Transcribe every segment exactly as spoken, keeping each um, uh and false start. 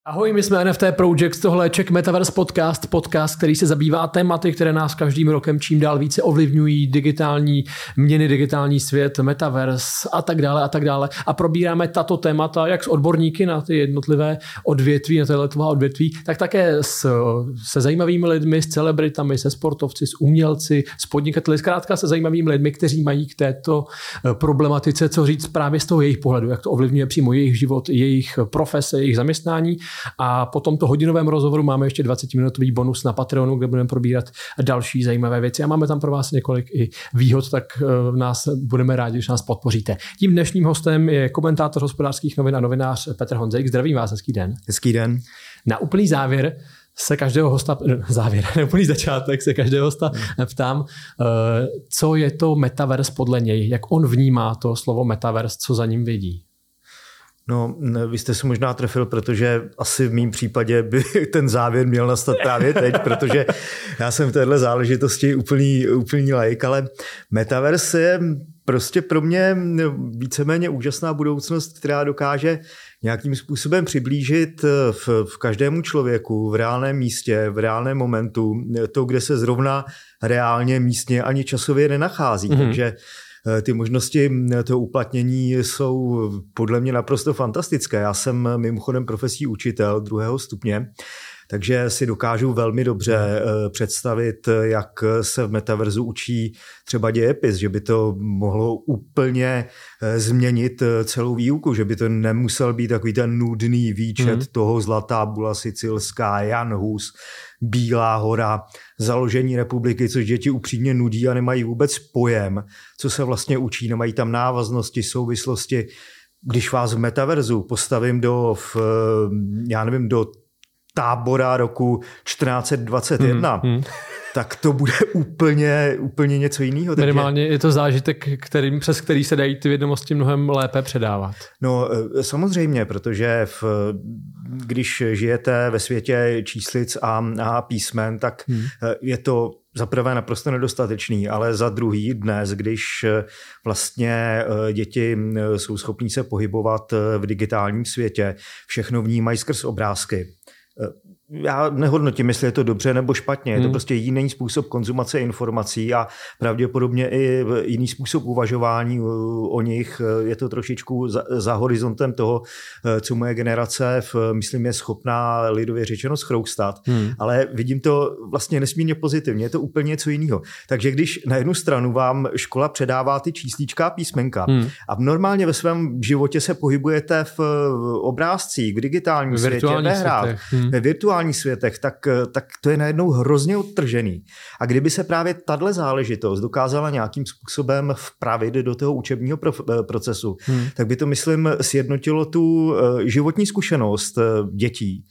Ahoj, my jsme N F T Project, tohle je Czech Metaverse Podcast, podcast, který se zabývá tématy, které nás každým rokem čím dál více ovlivňují, digitální měny, digitální svět, Metaverse a tak dále a tak dále. A probíráme tato témata jak s odborníky na ty jednotlivé odvětví, na tyhle odvětví, tak také s, se zajímavými lidmi, s celebritami, se sportovci, s umělci, s podnikateli, zkrátka se zajímavými lidmi, kteří mají k této problematice co říct právě z toho jejich pohledu, jak to ovlivňuje přímo jejich život, jejich profese, jejich zaměstnání. A po tomto hodinovém rozhovoru máme ještě dvacetiminutový bonus na Patreonu, kde budeme probírat další zajímavé věci a máme tam pro vás několik i výhod, tak nás budeme rádi, když nás podpoříte. Tím dnešním hostem je komentátor hospodářských novin a novinář Petr Honzejk. Zdravím vás, hezký den. Hezký den. Na úplný závěr se každého hosta, závěr, na úplný začátek se každého hosta ptám, co je to Metaverse podle něj, jak on vnímá to slovo Metaverse, co za ním vidí. No, vy jste se možná trefil, protože asi v mém případě by ten závěr měl nastat právě teď, protože já jsem v téhle záležitosti úplný, úplný laik, ale Metaverse je prostě pro mě víceméně úžasná budoucnost, která dokáže nějakým způsobem přiblížit v, v každému člověku, v reálném místě, v reálném momentu, to, kde se zrovna reálně, místně ani časově nenachází. Mm-hmm. Takže ty možnosti toho uplatnění jsou podle mě naprosto fantastické. Já jsem mimochodem profesí učitel druhého stupně, takže si dokážu velmi dobře představit, jak se v metaverzu učí třeba dějepis, že by to mohlo úplně změnit celou výuku, že by to nemusel být takový ten nudný výčet mm. toho Zlatá bula sicilská, Jan Hus, Bílá hora, založení republiky, což děti upřímně nudí a nemají vůbec pojem, co se vlastně učí, nemají tam návaznosti, souvislosti. Když vás v metaverzu postavím do, v, já nevím, do tábora roku čtrnáct dvacet jedna, hmm, hmm. tak to bude úplně, úplně něco jiného. Minimálně je to zážitek, kterým, přes který se dají ty vědomosti mnohem lépe předávat. No samozřejmě, protože v, když žijete ve světě číslic a, a písmen, tak hmm. je to za prvé naprosto nedostatečný, ale za druhý dnes, když vlastně děti jsou schopní se pohybovat v digitálním světě, všechno vnímají skrz obrázky. Já nehodnotím, jestli je to dobře nebo špatně. Je to hmm. prostě jiný způsob konzumace informací a pravděpodobně i jiný způsob uvažování o nich. Je to trošičku za, za horizontem toho, co moje generace, v, myslím, je schopná lidově řečeno schroustat. Hmm. Ale vidím to vlastně nesmírně pozitivně. Je to úplně něco jiného. Takže když na jednu stranu vám škola předává ty číslíčka a písmenka hmm. a normálně ve svém životě se pohybujete v obrázcích, v digitálním světě, ve hrách, hmm. ve virtuálních světech, tak, tak to je najednou hrozně odtržený. A kdyby se právě tahle záležitost dokázala nějakým způsobem vpravit do toho učebního procesu, hmm. tak by to, myslím, sjednotilo tu životní zkušenost dětí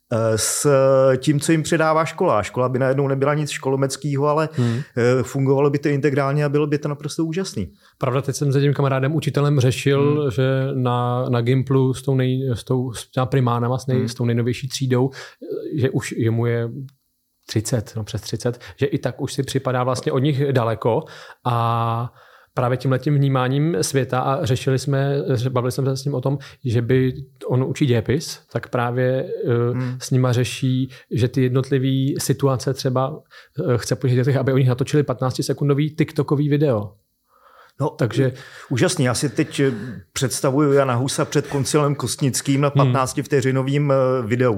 s tím, co jim předává škola. Škola by najednou nebyla nic školomeckého, ale hmm. fungovalo by to integrálně a bylo by to naprosto úžasný. Pravda, teď jsem s tím kamarádem učitelem řešil, hmm. že na, na Gimplu s tou, nej, s tou s primánama, s, nej, hmm. s tou nejnovější třídou, že už jemu je třicet, no přes třicet, že i tak už si připadá vlastně od nich daleko a právě tímhletím vnímáním světa a řešili jsme, bavili jsme se s ním o tom, že by on učí dějepis, tak právě hmm. s nima řeší, že ty jednotlivé situace třeba chce po těch, aby oni natočili patnáctisekundový TikTokový video. No, takže úžasný. Já si teď představuju Jana Husa před koncilem Kostnickým na patnáctivteřinovým videu.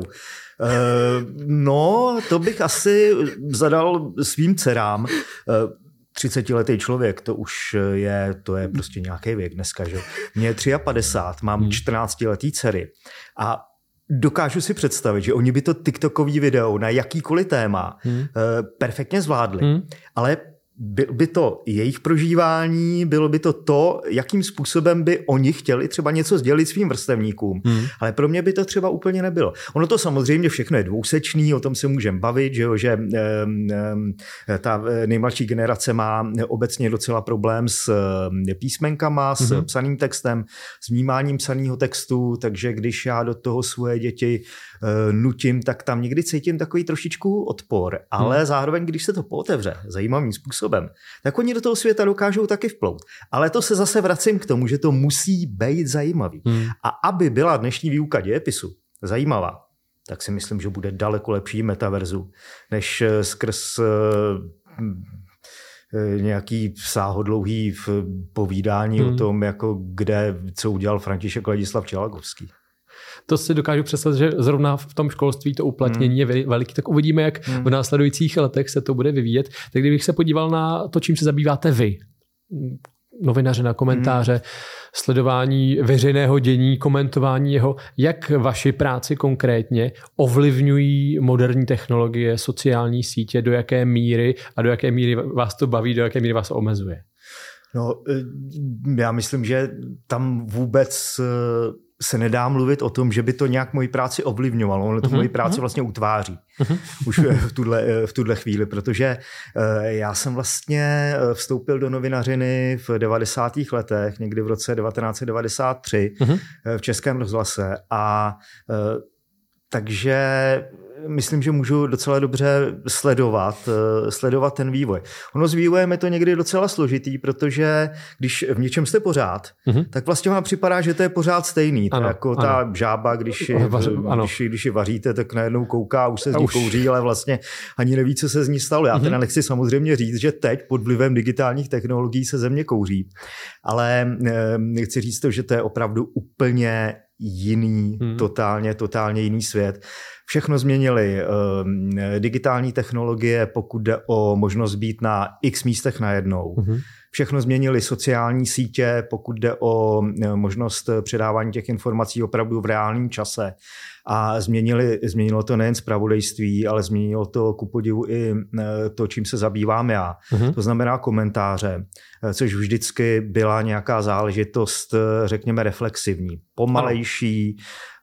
No, to bych asi zadal svým dcerám. třicetiletý člověk, to už je, to je prostě nějaký věk dneska, že? Mně je padesát tři, mám hmm. čtrnáctiletý dcery a dokážu si představit, že oni by to TikTokový video na jakýkoliv téma hmm. perfektně zvládli, hmm. ale byl by to jejich prožívání, bylo by to to, jakým způsobem by oni chtěli třeba něco sdělit svým vrstevníkům. Hmm. Ale pro mě by to třeba úplně nebylo. Ono to samozřejmě všechno je dvousečný, o tom se můžeme bavit, že, jo, že um, um, ta nejmladší generace má obecně docela problém s písmenkama, s hmm. psaným textem, s vnímáním psaného textu, takže když já do toho svoje děti uh, nutím, tak tam někdy cítím takový trošičku odpor, ale hmm. zároveň, když se to pootevře zajímavým způsobem, tak oni do toho světa dokážou taky vplout. Ale to se zase vracím k tomu, že to musí být zajímavý. Hmm. A aby byla dnešní výuka dějepisu zajímavá, tak si myslím, že bude daleko lepší metaverzu, než skrz nějaký sáhodlouhý povídání hmm. o tom, jako kde, co udělal František Ladislav Čelagovský. To si dokážu představit, že zrovna v tom školství to uplatnění hmm. je veliký, tak uvidíme, jak hmm. v následujících letech se to bude vyvíjet. Tak kdybych se podíval na to, čím se zabýváte vy, novinaři na komentáře, hmm. sledování veřejného dění, komentování jeho, jak vaši práci konkrétně ovlivňují moderní technologie, sociální sítě, do jaké míry a do jaké míry vás to baví, do jaké míry vás omezuje? No, já myslím, že tam vůbec se nedá mluvit o tom, že by to nějak moji práci ovlivňovalo. Ono to uh-huh. moji práci vlastně utváří. Uh-huh. Už v tuhle, v tuhle chvíli, protože já jsem vlastně vstoupil do novinařiny v devadesátých letech, někdy v roce devatenáct set devadesát tři uh-huh. v Českém rozhlase a takže myslím, že můžu docela dobře sledovat, sledovat ten vývoj. Ono s vývojem je to někdy docela složitý, protože když v něčem jste pořád, mm-hmm. tak vlastně vám připadá, že to je pořád stejný. Ano, jako ano. ta žába, když, je, když, když ji vaříte, tak najednou kouká, už se z ní kouří, ale vlastně ani neví, co se z ní stalo. Já mm-hmm. teda nechci samozřejmě říct, že teď pod vlivem digitálních technologií se ze mě kouří, ale chci říct to, že to je opravdu úplně jiný, hmm. totálně, totálně jiný svět. Všechno změnili digitální technologie, pokud jde o možnost být na x místech najednou. Hmm. Všechno změnili sociální sítě, pokud jde o možnost předávání těch informací opravdu v reálném čase. A změnili, změnilo to nejen zpravodajství, ale změnilo to ku podivu i to, čím se zabývám já. Mm-hmm. To znamená komentáře, což vždycky byla nějaká záležitost, řekněme, reflexivní, pomalejší,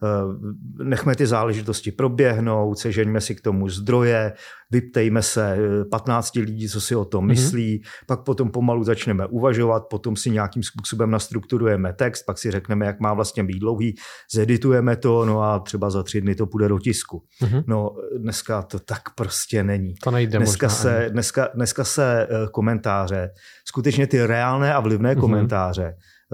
nechme ty záležitosti proběhnout, sežeňme si k tomu zdroje, vyptejme se patnácti lidí, co si o tom myslí, mm-hmm. pak potom pomalu začneme uvažovat, potom si nějakým způsobem nastrukturujeme text, pak si řekneme, jak má vlastně být dlouhý, zeditujeme to, no a třeba za tři dny to půjde do tisku. Mm-hmm. No dneska to tak prostě není. To nejde dneska možná. Se, dneska, dneska se komentáře, skutečně ty reálné a vlivné mm-hmm. komentáře,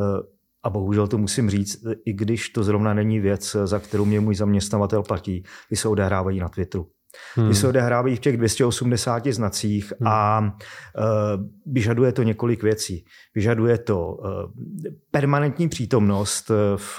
a bohužel to musím říct, i když to zrovna není věc, za kterou mě můj zaměstnavatel platí, ty se odehrávají na Twitteru. Hmm. Ty se odehrávají v těch dvě stě osmdesáti znacích hmm. a uh, vyžaduje to několik věcí. Vyžaduje to uh, permanentní přítomnost v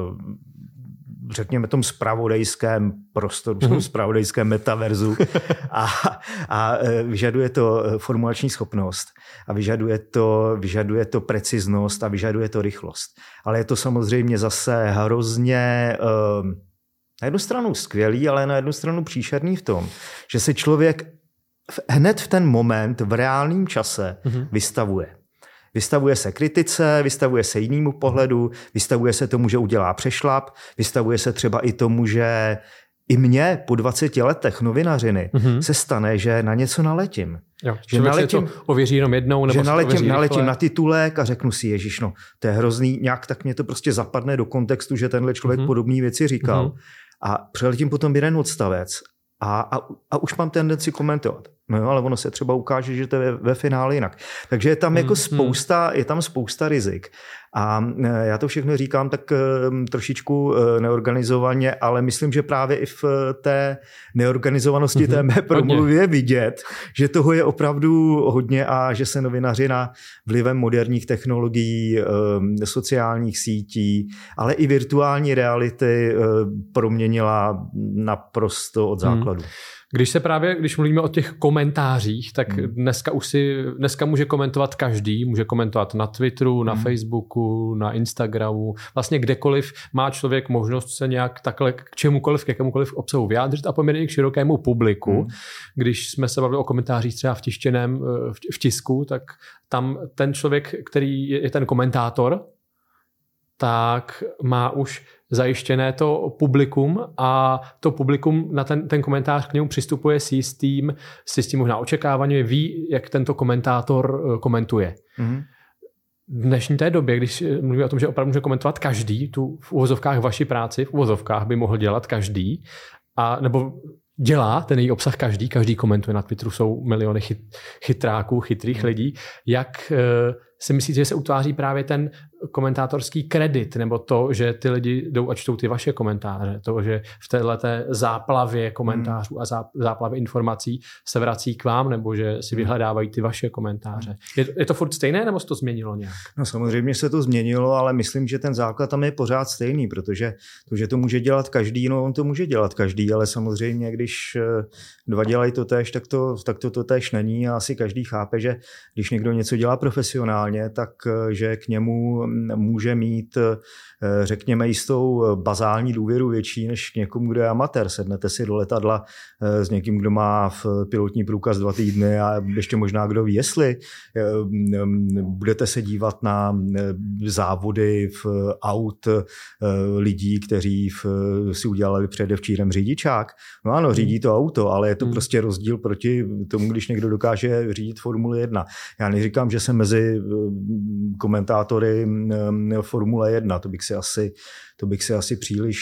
řekněme tom zpravodajském prostoru, mm-hmm. zpravodajském metaverzu a, a vyžaduje to formulační schopnost a vyžaduje to, vyžaduje to preciznost a vyžaduje to rychlost. Ale je to samozřejmě zase hrozně uh, na jednu stranu skvělý, ale na jednu stranu příšerný v tom, že se člověk hned v ten moment v reálném čase mm-hmm. vystavuje. Vystavuje se kritice, vystavuje se jinému pohledu, vystavuje se tomu, že udělá přešlap, vystavuje se třeba i tomu, že i mně po dvaceti letech novinařiny mm-hmm. se stane, že na něco naletím. Jo, že naletím, to ověří jenom jednou, nebo že naletím, naletím na titulek a řeknu si, ježiš, no, to je hrozný, nějak tak mě to prostě zapadne do kontextu, že tenhle člověk mm-hmm. podobné věci říkal. Mm-hmm. A přeletím potom jeden odstavec a, a, a už mám tendenci komentovat. No jo, ale ono se třeba ukáže, že to je ve finále jinak. Takže je tam hmm, jako spousta, hmm. je tam spousta rizik. A já to všechno říkám tak trošičku neorganizovaně, ale myslím, že právě i v té neorganizovanosti hmm. té mé promluvě vidět, že toho je opravdu hodně a že se novinařina vlivem moderních technologií, sociálních sítí, ale i virtuální reality proměnila naprosto od základu. Hmm. Když se právě, když mluvíme o těch komentářích, tak hmm. dneska už si, dneska může komentovat každý, může komentovat na Twitteru, na hmm. Facebooku, na Instagramu, vlastně kdekoliv má člověk možnost se nějak takhle k čemukoliv, k jakémukoliv obsahu vyjádřit a poměrně k širokému publiku. Hmm. Když jsme se bavili o komentářích třeba v tištěném, v tisku, tak tam ten člověk, který je ten komentátor, tak má už zajištěné to publikum a to publikum na ten, ten komentář k němu přistupuje s jistým, s jistým možná očekáváním, ví, jak tento komentátor komentuje. Mm-hmm. V dnešní té době, když mluvíme o tom, že opravdu může komentovat každý, tu v uvozovkách vaši práci, v uvozovkách by mohl dělat každý, a nebo dělá ten její obsah každý, každý komentuje, na Twitteru jsou miliony chyt, chytráků, chytrých lidí. Jak si myslíte, že se utváří právě ten komentátorský kredit, nebo to, že ty lidi jdou a čtou ty vaše komentáře, to, že v téhleté záplavě komentářů a záplavě informací se vrací k vám, nebo že si vyhledávají ty vaše komentáře. Je, je to furt stejné, nebo se to změnilo nějak? No samozřejmě se to změnilo, ale myslím, že ten základ tam je pořád stejný, protože to, že to může dělat každý, no on to může dělat každý, ale samozřejmě, když dva dělají to též, tak to, tak to, to též není a asi každý chápe, že když někdo něco dělá profesionálně, tak že k němu může mít, řekněme, jistou bazální důvěru větší než k někomu, kdo je amatér. Sednete si do letadla s někým, kdo má v pilotní průkaz dva týdny a ještě možná kdo ví, jestli budete se dívat na závody v aut lidí, kteří si udělali předevčírem řidičák. No ano, řídí to auto, ale je to prostě rozdíl proti tomu, když někdo dokáže řídit Formuli jedna. Já neříkám, že jsem mezi komentátory Formule jedna, to bych si asi, to bych si asi příliš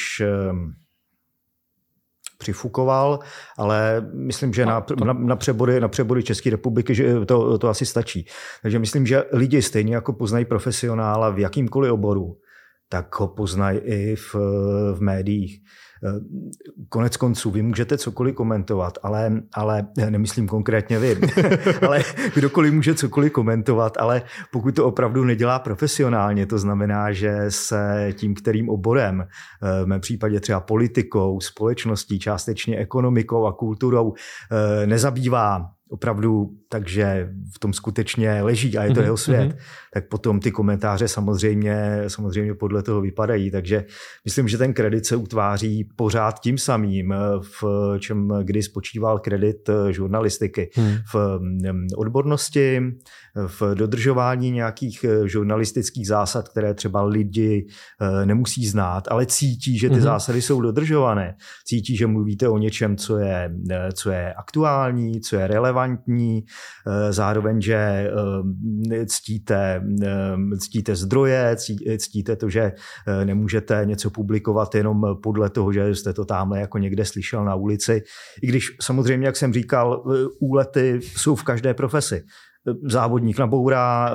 přifukoval, ale myslím, že na, na, na, přebory, na přebory České republiky že to, to asi stačí. Takže myslím, že lidi stejně jako poznají profesionála v jakýmkoliv oboru, tak ho poznají i v, v médiích. Konec konců, vy můžete cokoliv komentovat, ale, ale nemyslím konkrétně vy, ale kdokoliv může cokoliv komentovat, ale pokud to opravdu nedělá profesionálně, to znamená, že se tím, kterým oborem, v mém případě třeba politikou, společností, částečně ekonomikou a kulturou, nezabývá opravdu, takže v tom skutečně leží a je to mm-hmm. jeho svět, mm-hmm. tak potom ty komentáře samozřejmě, samozřejmě podle toho vypadají. Takže myslím, že ten kredit se utváří pořád tím samým, v čem kdy spočíval kredit žurnalistiky. Mm. V odbornosti, v dodržování nějakých žurnalistických zásad, které třeba lidi nemusí znát, ale cítí, že ty mm-hmm. zásady jsou dodržované. Cítí, že mluvíte o něčem, co je, co je aktuální, co je relevantní, zároveň, že ctíte, ctíte zdroje, ctíte to, že nemůžete něco publikovat jenom podle toho, že jste to tamhle jako někde slyšel na ulici. I když samozřejmě, jak jsem říkal, úlety jsou v každé profesi. Závodník nabourá,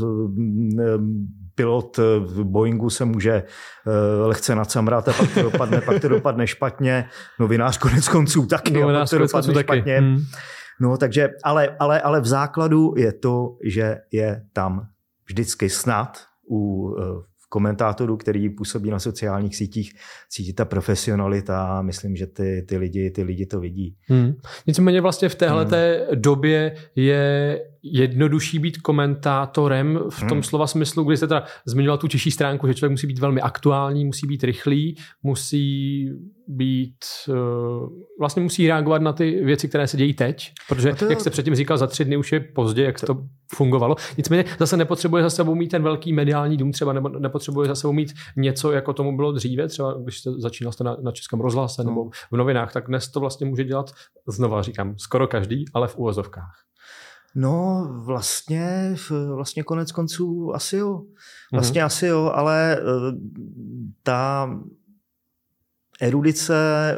pilot v Boeingu se může lehce nacamrat a pak to dopadne, pak to dopadne špatně. Novinář konec konců taky, no, a pak to dopadne špatně. Hmm. No, takže, ale, ale, ale v základu je to, že je tam vždycky snad u komentátorů, který působí na sociálních sítích, cítí ta profesionalita a myslím, že ty, ty, lidi, ty lidi to vidí. Hmm. Nicméně vlastně v téhleté hmm. době je jednodušší být komentátorem v tom hmm. slova smyslu, kdy jste teda zmiňoval tu těžší stránku, že člověk musí být velmi aktuální, musí být rychlý, musí být, vlastně musí reagovat na ty věci, které se dějí teď, protože, to... jak jste předtím říkal, za tři dny už je pozdě, jak to, to fungovalo. Nicméně zase nepotřebuje za sebou mít ten velký mediální dům, třeba nebo nepotřebuje za sebou mít něco, jako tomu bylo dříve, třeba když jste začínal jste na, na Českém rozhlase no. nebo v novinách, tak dnes to vlastně může dělat, znova říkám, skoro každý, ale v uvozovkách. No vlastně, vlastně konec konců asi jo. Vlastně mm-hmm. asi jo, ale ta erudice,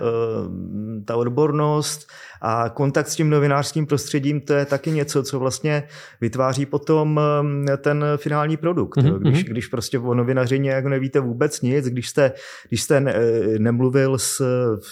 ta odbornost a kontakt s tím novinářským prostředím, to je taky něco, co vlastně vytváří potom ten finální produkt. Mm-hmm. Když, když prostě o novinařině nějak nevíte vůbec nic, když jste, když jste nemluvil s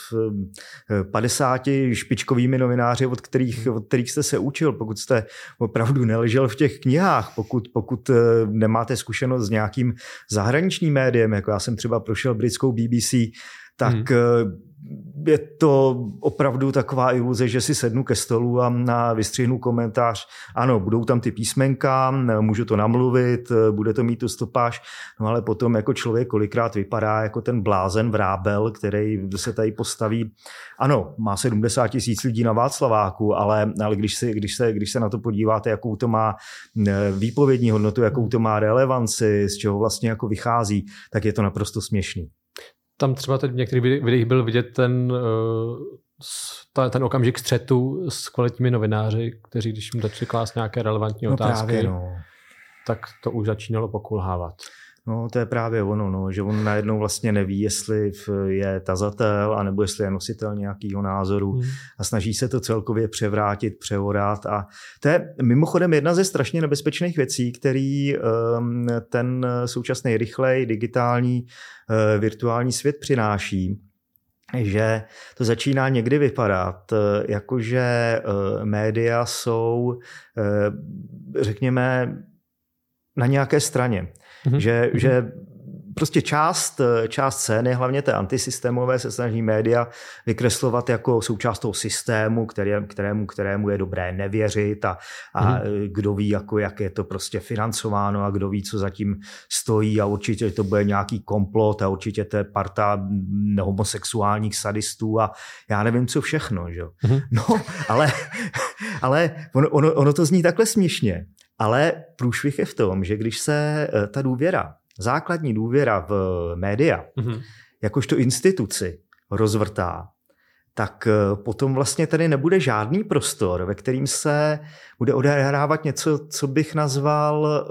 padesáti špičkovými novináři, od kterých, od kterých jste se učil, pokud jste opravdu neležel v těch knihách, pokud, pokud nemáte zkušenost s nějakým zahraničním médiem, jako já jsem třeba prošel britskou B B C, tak hmm. je to opravdu taková iluze, že si sednu ke stolu a na vystřihnu komentář. Ano, budou tam ty písmenka, můžu to namluvit, bude to mít tu stopáž, no ale potom jako člověk kolikrát vypadá jako ten blázen vrábel, který se tady postaví. Ano, má sedmdesát tisíc lidí na Václaváku, ale, ale když, si, když, se, když se na to podíváte, jakou to má výpovědní hodnotu, jakou to má relevanci, z čeho vlastně jako vychází, tak je to naprosto směšný. Tam třeba teď v některých videích byl vidět ten, ten okamžik střetu s kvalitními novináři, kteří když jim začali klást nějaké relevantní no otázky, právě, no. tak to už začínalo pokulhávat. No, to je právě ono, no, že on najednou vlastně neví, jestli je tazatel, anebo jestli je nositel nějakého názoru hmm. a snaží se to celkově převrátit, přeorat. A to je mimochodem jedna ze strašně nebezpečných věcí, který um, ten současný rychlej digitální uh, virtuální svět přináší, že to začíná někdy vypadat, jakože uh, média jsou, uh, řekněme, na nějaké straně. Mm-hmm. Že, že prostě část, část scény, hlavně té antisystémové, se snaží média vykreslovat jako součást toho systému, který, kterému, kterému je dobré nevěřit a, a mm-hmm. kdo ví, jako, jak je to prostě financováno a kdo ví, co zatím stojí a určitě to bude nějaký komplot a určitě to je parta homosexuálních sadistů a já nevím, co všechno. Že? Mm-hmm. No, ale, ale ono, ono, ono to zní takhle směšně. Ale průšvih je v tom, že když se ta důvěra, základní důvěra v média, mm-hmm. jakožto instituci rozvrtá, tak potom vlastně tady nebude žádný prostor, ve kterým se bude odehrávat něco, co bych nazval,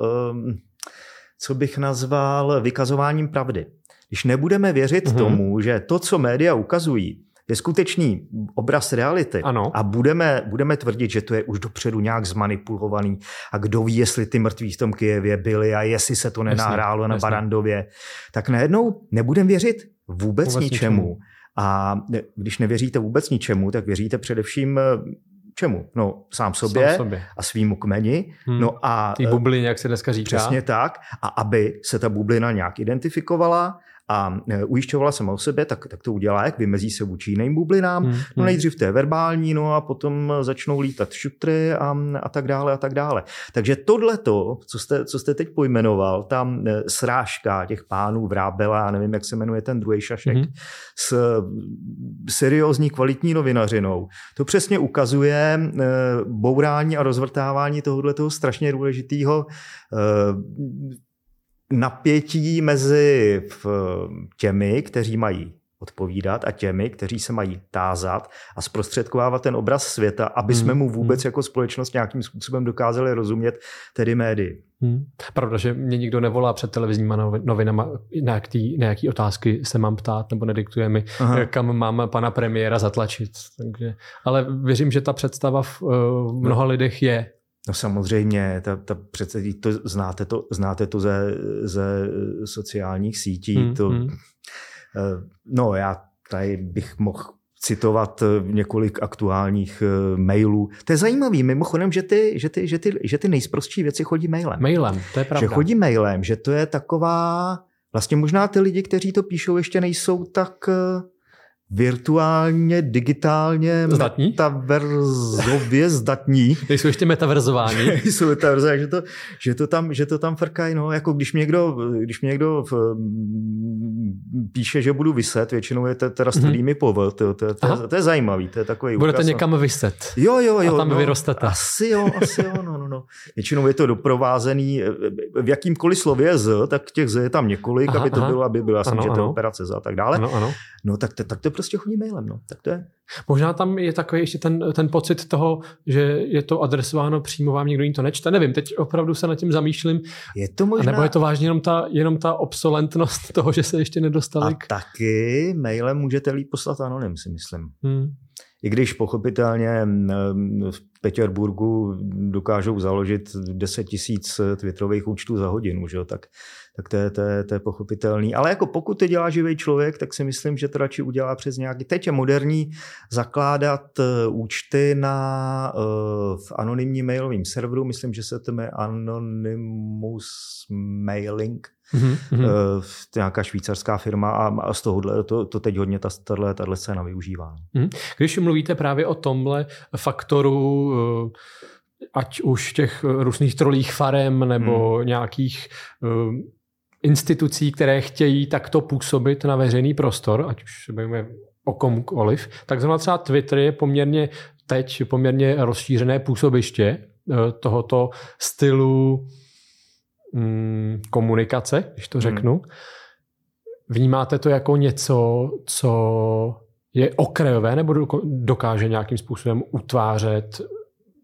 co bych nazval vykazováním pravdy. Když nebudeme věřit mm-hmm. tomu, že to, co média ukazují, je skutečný obraz reality ano. a budeme, budeme tvrdit, že to je už dopředu nějak zmanipulovaný a kdo ví, jestli ty mrtví v tom Kyjevě byli a jestli se to nenahrálo jasně, na jasně. Barrandově, tak najednou nebudeme věřit vůbec, vůbec ničemu. ničemu. A když nevěříte vůbec ničemu, tak věříte především čemu? No sám sobě, sám sobě. A svýmu kmeni. Hmm. No a tý bublině, jak se dneska říká. Přesně tak. A aby se ta bublina nějak identifikovala a ujišťovala sama o sebe, tak, tak to udělá, jak vymezí se vůči jiným bublinám. Hmm. No nejdřív to je verbální, no a potom začnou lítat šutry a, a tak dále a tak dále. Takže tohleto, co jste, co jste teď pojmenoval, tam srážka těch pánů Vrábela, já nevím, jak se jmenuje ten druhý šašek, hmm. s seriózní kvalitní novinařinou, to přesně ukazuje bourání a rozvrtávání tohoto strašně důležitého napětí mezi těmi, kteří mají odpovídat a těmi, kteří se mají tázat a zprostředkovávat ten obraz světa, aby jsme mu vůbec jako společnost nějakým způsobem dokázali rozumět, tedy médii. Hmm. Pravda, že mě nikdo nevolá před televizníma novinama, na jaký, na jaký otázky se mám ptát, nebo nediktuje mi, Aha. kam mám pana premiéra zatlačit. Takže, ale věřím, že ta představa v uh, mnoha no. lidech je. No samozřejmě, ta, ta přece to znáte to, znáte to ze, ze sociálních sítí. Hmm, to, hmm. No já tady bych mohl citovat několik aktuálních mailů. To je zajímavý, mimochodem, že ty, že ty, že ty, že ty nejsprostší věci chodí mailem. Mailem, to je pravda. Že chodí mailem, že to je taková, vlastně možná ty lidi, kteří to píšou, ještě nejsou tak virtuálně, digitálně, zdatní? Metaverzově zdatní. Nejsou ještě metaverzováni. Nejsou metaverzováni, že to, že to tam, že to tam frkají, no, jako když mě někdo, když mě někdo v, píše, že budu vyset, většinou je to teda s tvrdými mm-hmm. povl, to, to, to, to, to je zajímavý, to je takový Budete ukaz, někam vyset. Jo, jo, jo. A tam no, vyrostete. Asi jo, asi jo, no, no, no. Většinou je to doprovázený, v jakýmkoliv slově z, tak těch z je tam několik, aha, aby to aha. bylo, aby bylo, já jsem, že to je operace z a tak dále. Ano, ano. No tak to, tak to prostě chodí mailem, no. Tak to je. Možná tam je takový ještě ten, ten pocit toho, že je to adresováno přímo vám, někdo jim to nečte. Nevím, teď opravdu se nad tím zamýšlím. Je to možná... A nebo je to vážně jenom ta, jenom ta obsolentnost toho, že se ještě nedostali. A taky mailem můžete líp poslat anonym, si myslím. Hmm. I když pochopitelně v Petěrburgu dokážou založit deset tisíc twitterových účtů za hodinu, že? Tak, tak to, je, to, je, to je pochopitelný. Ale jako pokud to dělá živý člověk, tak si myslím, že to radši udělá přes nějaký... Teď je moderní zakládat účty na v anonymním mailovém serveru. Myslím, že se to jmenuje Anonymous Mailing. Mm-hmm. Nějaká švýcarská firma a, a z tohohle to, to teď hodně ta, tato, tato scéna využívá. Mm. Když mluvíte právě o tomhle faktoru, ať už těch různých trolích farem nebo mm. nějakých uh, institucí, které chtějí takto působit na veřejný prostor, ať už se bavíme o komukoliv, tak zrovna třeba Twitter je poměrně teď poměrně rozšířené působiště uh, tohoto stylu komunikace, když to řeknu. Hmm. Vnímáte to jako něco, co je okrajové nebo dokáže nějakým způsobem utvářet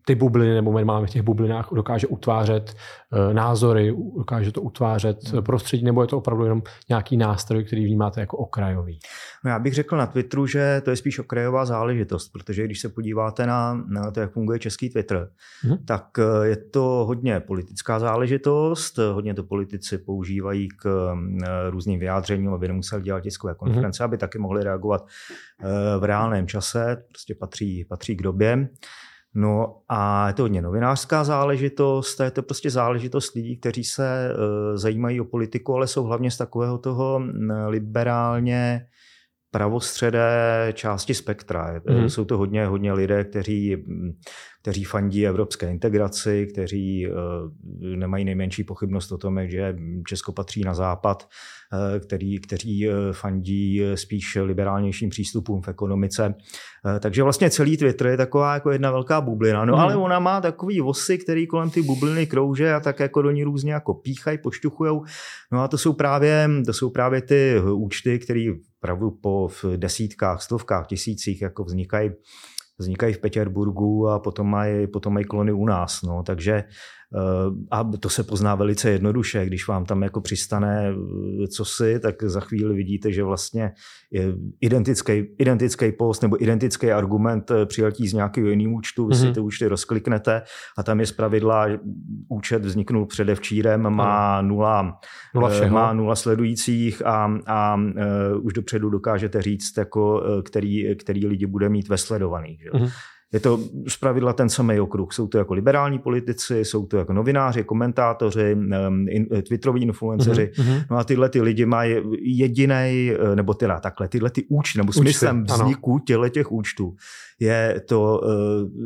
ty bubliny, nebo minimálně v těch bublinách dokáže utvářet uh, názory, dokáže to utvářet hmm. prostředí, nebo je to opravdu jenom nějaký nástroj, který vnímáte jako okrajový? No já bych řekl na Twitteru, že to je spíš okrajová záležitost, protože když se podíváte na, na to, jak funguje český Twitter, hmm. tak je to hodně politická záležitost, hodně to politici používají k různým vyjádřením, aby nemuseli dělat tiskové konference, hmm. aby taky mohli reagovat v reálném čase, prostě patří, patří k době. No a je to hodně novinářská záležitost, je to prostě záležitost lidí, kteří se uh, zajímají o politiku, ale jsou hlavně z takového toho liberálně pravostředé části spektra. Mm. Jsou to hodně, hodně lidé, kteří, kteří fandí evropské integraci, kteří uh, nemají nejmenší pochybnost o tom, že Česko patří na západ, uh, který, kteří uh, fandí spíš liberálnějším přístupům v ekonomice. Uh, takže vlastně celý Twitter je taková jako jedna velká bublina. No mm. ale ona má takový vosy, který kolem ty bubliny krouže a tak jako do ní různě jako píchají, pošťuchujou. No a to jsou právě, to jsou právě ty účty, které opravdu po desítkách, stovkách, tisících jako vznikají, vznikají v Petěrburgu a potom mají, potom mají klony u nás. No. Takže a to se pozná velice jednoduše, když vám tam jako přistane cosi, tak za chvíli vidíte, že vlastně identický, identický post nebo identický argument přiletí z nějakého jiného účtu, vy mm-hmm. si ty účty rozkliknete a tam je zpravidla, účet vzniknul předevčírem, má nula, nula, má nula sledujících a, a uh, už dopředu dokážete říct, jako, který, který lidi bude mít ve sledovaných. Že? Mm-hmm. Je to zpravidla ten samý okruh. Jsou to jako liberální politici, jsou to jako novináři, komentátoři, in, twitteroví influenceři. Mm-hmm. No a tyhle ty lidi mají jedinej, nebo teda takhle, tyhle ty účty, nebo smyslem vzniku těchto těch účtů je to uh,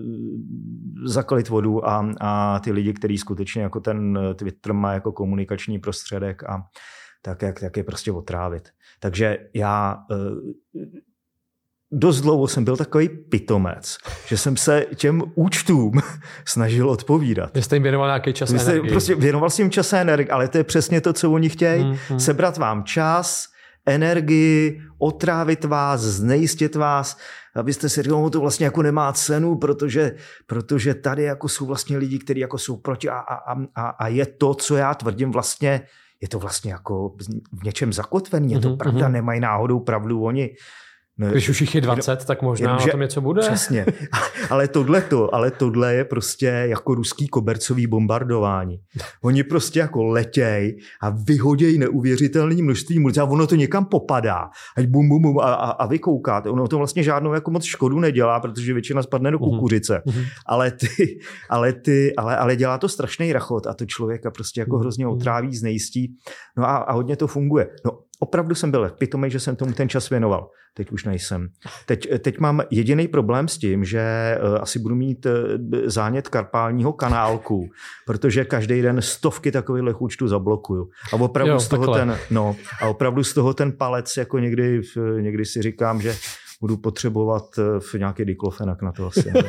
zakalit vodu a, a ty lidi, kteří skutečně jako ten Twitter má jako komunikační prostředek a tak, jak, tak je prostě otrávit. Takže já... Uh, Dost dlouho jsem byl takový pitomec, že jsem se těm účtům snažil odpovídat. Vy jste jim věnoval nějaký čas a energii. Prostě věnoval jsem jim čas a energii, ale to je přesně to, co oni chtějí. Hmm, hmm. Sebrat vám čas, energii, otrávit vás, znejistit vás, abyste si říkali, to vlastně jako nemá cenu, protože, protože tady jako jsou vlastně lidi, kteří jako jsou proti a, a, a, a je to, co já tvrdím vlastně, je to vlastně jako v něčem zakotvený, je to hmm, pravda, hmm. nemají náhodou pravdu oni. Ne, Když už jich je dvacet, tak možná jenom, na tom něco bude. Přesně. Ale tohleto, ale tohle je prostě jako ruský kobercový bombardování. Oni prostě jako letěj a vyhodějí neuvěřitelné množství munice a ono to někam popadá. Ať bum, bum, bum a, a, a vy koukáte. Ono to vlastně žádnou jako moc škodu nedělá, protože většina spadne do kukuřice. Mm-hmm. Ale, ty, ale, ty, ale, ale dělá to strašný rachot a to člověka prostě jako hrozně otráví, znejistí. No a, a hodně to funguje. No opravdu jsem byl pitomej, že jsem tomu ten čas věnoval. Teď už nejsem. Teď, teď mám jediný problém s tím, že uh, asi budu mít uh, zánět karpálního kanálku, protože každý den stovky takových účtů zablokuju. A opravdu, jo, z toho ten, no, a opravdu z toho ten palec, jako někdy, někdy si říkám, že budu potřebovat v nějaký diklofenak na to asi.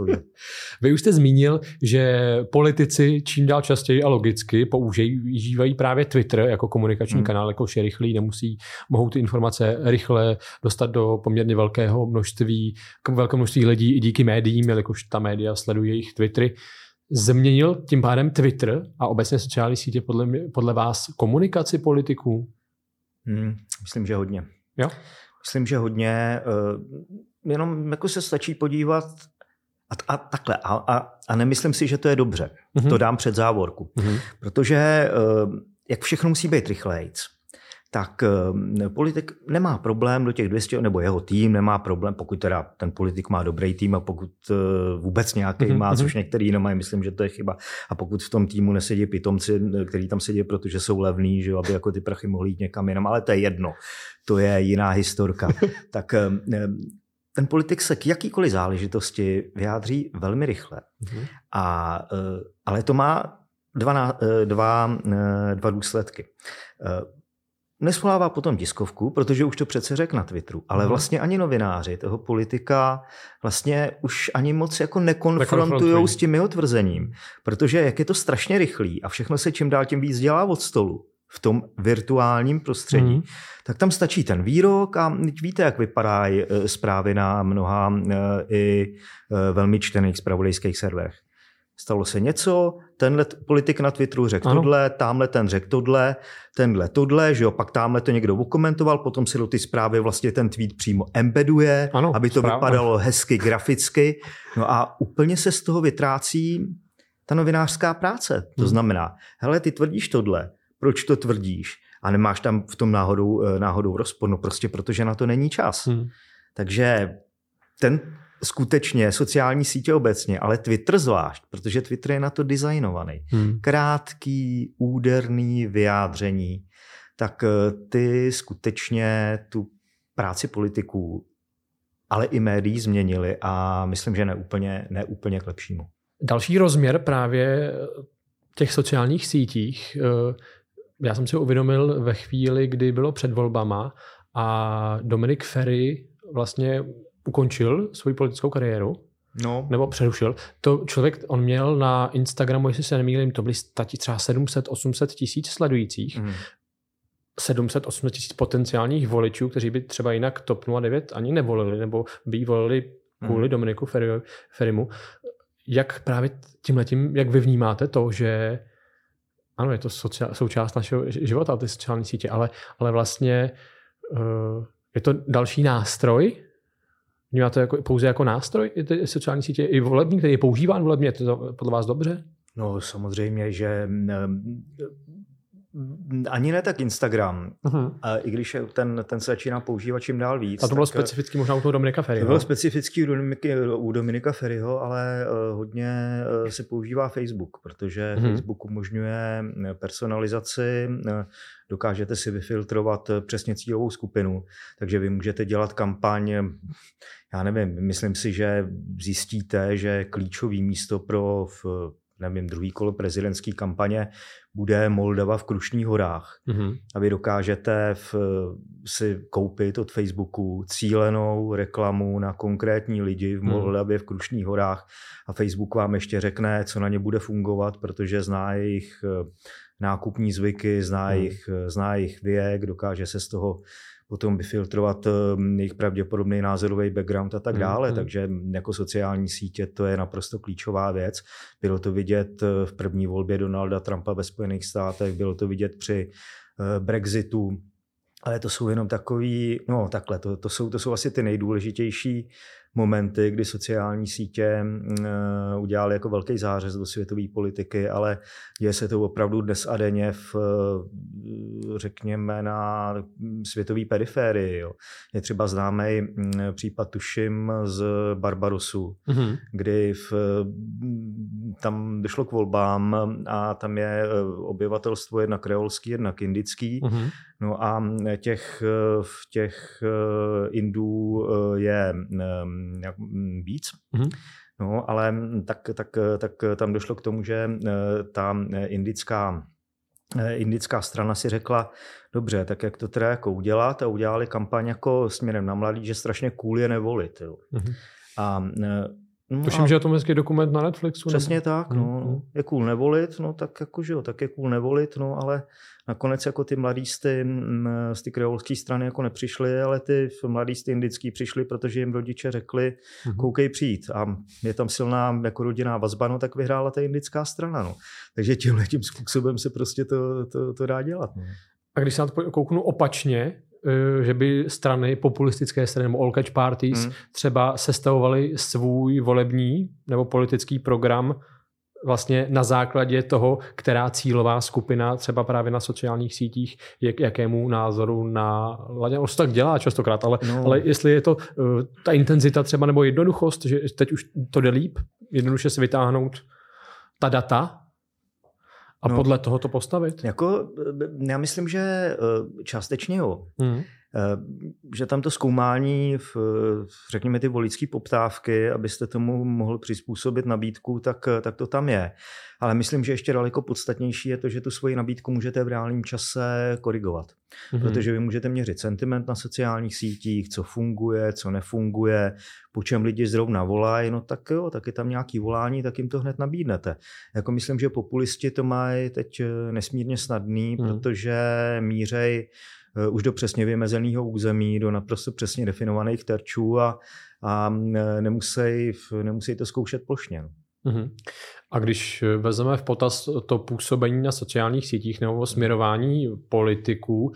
Vy už jste zmínil, že politici čím dál častěji a logicky používají právě Twitter jako komunikační hmm. kanál, jakož je rychlý, nemusí, mohou ty informace rychle dostat do poměrně velkého množství, velké množství lidí i díky médiím, jelikož ta média sledují jejich Twittery. Změnil tím pádem Twitter a obecně sociální sítě podle, podle vás komunikaci politiků? Hmm, myslím, že hodně. Jo? Myslím, že hodně, uh, jenom jako se stačí podívat a, a takhle. A, a, a nemyslím si, že to je dobře. Mm-hmm. To dám před závorku. Mm-hmm. Protože uh, jak všechno musí být rychlejc, tak uh, politik nemá problém do těch dvě stě, nebo jeho tým nemá problém, pokud teda ten politik má dobrý tým a pokud uh, vůbec nějaký mm-hmm. má, což některý nemají, myslím, že to je chyba. A pokud v tom týmu nesedí pitomci, který tam sedí, protože jsou levní, že aby jako ty prachy mohly jít někam jinam, ale to je jedno. To je jiná historka. Tak ten politik se k jakýkoliv záležitosti vyjádří velmi rychle. Mm-hmm. A, ale to má dva, dva, dva důsledky. Nesvolává potom tiskovku, protože už to přece řekl na Twitteru, ale mm-hmm. vlastně ani novináři toho politika vlastně už ani moc jako nekonfrontujou s tím jeho tvrzením, protože jak je to strašně rychlý a všechno se čím dál tím víc dělá od stolu, v tom virtuálním prostředí, mm. tak tam stačí ten výrok a víte, jak vypadají zprávy na mnoha i velmi čtených zpravodajských serverech. Stalo se něco, tenhle politik na Twitteru řekl ano. tohle, tamhle ten řekl tohle, tenhle tohle, že jo, pak tamhle to někdo okomentoval, potom si do ty zprávy vlastně ten tweet přímo embeduje, ano, aby to správně vypadalo hezky, graficky. No a úplně se z toho vytrácí ta novinářská práce. To hmm. znamená, hele, ty tvrdíš tohle, proč to tvrdíš? A nemáš tam v tom náhodou, náhodou rozpor, no prostě protože na to není čas. Hmm. Takže ten skutečně sociální sítě obecně, ale Twitter zvlášť, protože Twitter je na to designovaný. Hmm. Krátký, úderný vyjádření, tak ty skutečně tu práci politiků, ale i médií změnili a myslím, že neúplně, neúplně k lepšímu. Další rozměr právě těch sociálních sítích, já jsem si uvědomil ve chvíli, kdy bylo před volbama a Dominik Feri vlastně ukončil svoji politickou kariéru, no. nebo přerušil. To člověk, on měl na Instagramu, jestli se nemýlím, to byly stati třeba sedm set osm set tisíc sledujících, mm. sedm set osm set tisíc potenciálních voličů, kteří by třeba jinak TOP nula devět ani nevolili, nebo by volili kvůli mm. Dominiku Feri, Ferimu. Jak právě tímhletím, jak vy vnímáte to, že ano, je to sociál, součást našeho života, ty sociální sítě, ale, ale vlastně uh, je to další nástroj. Vnímáte to jako, pouze jako nástroj ty sociální sítě i volební, který je používán volebně? Je to podle vás dobře? No samozřejmě, že ani ne tak Instagram, uh-huh. a i když ten, ten se začíná používat čím dál víc. A to bylo specificky možná u toho Dominika Feriho. To bylo specificky u Dominika, u Dominika Feriho, ale uh, hodně uh, se používá Facebook, protože uh-huh. Facebook umožňuje personalizaci, uh, dokážete si vyfiltrovat přesně cílovou skupinu, takže vy můžete dělat kampaň, já nevím, myslím si, že zjistíte, že klíčový místo pro v, nevím, druhý kolo prezidentské kampaně bude Moldava v Krušných horách. Mm-hmm. A vy dokážete v, si koupit od Facebooku cílenou reklamu na konkrétní lidi v Moldavě v Krušných horách a Facebook vám ještě řekne, co na ně bude fungovat, protože zná jejich nákupní zvyky, zná, mm. jejich, zná jejich věk, dokáže se z toho potom vyfiltrovat jejich pravděpodobný názorový background a tak dále. Mm, mm. Takže jako sociální sítě to je naprosto klíčová věc. Bylo to vidět v první volbě Donalda Trumpa ve Spojených státech, bylo to vidět při Brexitu, ale to jsou jenom takový, no takhle, to, to, jsou, to jsou asi ty nejdůležitější momenty, kdy sociální sítě uh, udělaly jako velký zářez do světové politiky, ale děje se to opravdu dnes a denně v, uh, řekněme, na světové periférii. Jo. Je třeba známý um, případ, tuším, z Barbarosu, mm-hmm. kdy v, tam došlo k volbám a tam je obyvatelstvo jednak kreolský, jednak indický. Mm-hmm. No a těch, v těch Indů je víc. Mm-hmm. No, ale tak, tak, tak tam došlo k tomu, že ta indická, indická strana si řekla, dobře, tak jak to teda jako udělat, a udělali kampaň jako směrem na mladý, že strašně cool je nevolit. Jo. Mm-hmm. A No Tuším, a že je to hezký dokument na Netflixu. Přesně nebo? tak, no. Mm-hmm. Je cool nevolit, no tak jakože jo, tak je cool nevolit, no ale nakonec jako ty mladí z ty, z ty kreolské strany jako nepřišli, ale ty mladí z ty indický přišli, protože jim rodiče řekli, mm-hmm. koukej přijít. A je tam silná jako rodinná vazba, no tak vyhrála ta indická strana, no. Takže tímhle tím způsobem se prostě to, to, to dá dělat. No. A když se na to kouknu opačně, že by strany, populistické strany nebo all-catch parties hmm. třeba sestavovaly svůj volební nebo politický program vlastně na základě toho, která cílová skupina třeba právě na sociálních sítích je k jakému názoru na ladě. On se tak dělá častokrát, ale, no. ale jestli je to ta intenzita třeba nebo jednoduchost, že teď už to jde líp, jednoduše si vytáhnout ta data a no, podle toho to postavit? Jako, já myslím, že částečně jo. Hmm. že tam to zkoumání, v, řekněme ty voličské poptávky, abyste tomu mohl přizpůsobit nabídku, tak, tak to tam je. Ale myslím, že ještě daleko podstatnější je to, že tu svoji nabídku můžete v reálném čase korigovat. Mm-hmm. Protože vy můžete měřit sentiment na sociálních sítích, co funguje, co nefunguje, po čem lidi zrovna volají, no tak jo, tak je tam nějaký volání, tak jim to hned nabídnete. Jako myslím, že populisti to mají teď nesmírně snadný, mm. protože mířej už do přesně vymezeného území, do naprosto přesně definovaných terčů a, a nemusí, nemusí to zkoušet plošně. Mm-hmm. A když vezmeme v potaz to působení na sociálních sítích nebo směrování politiků,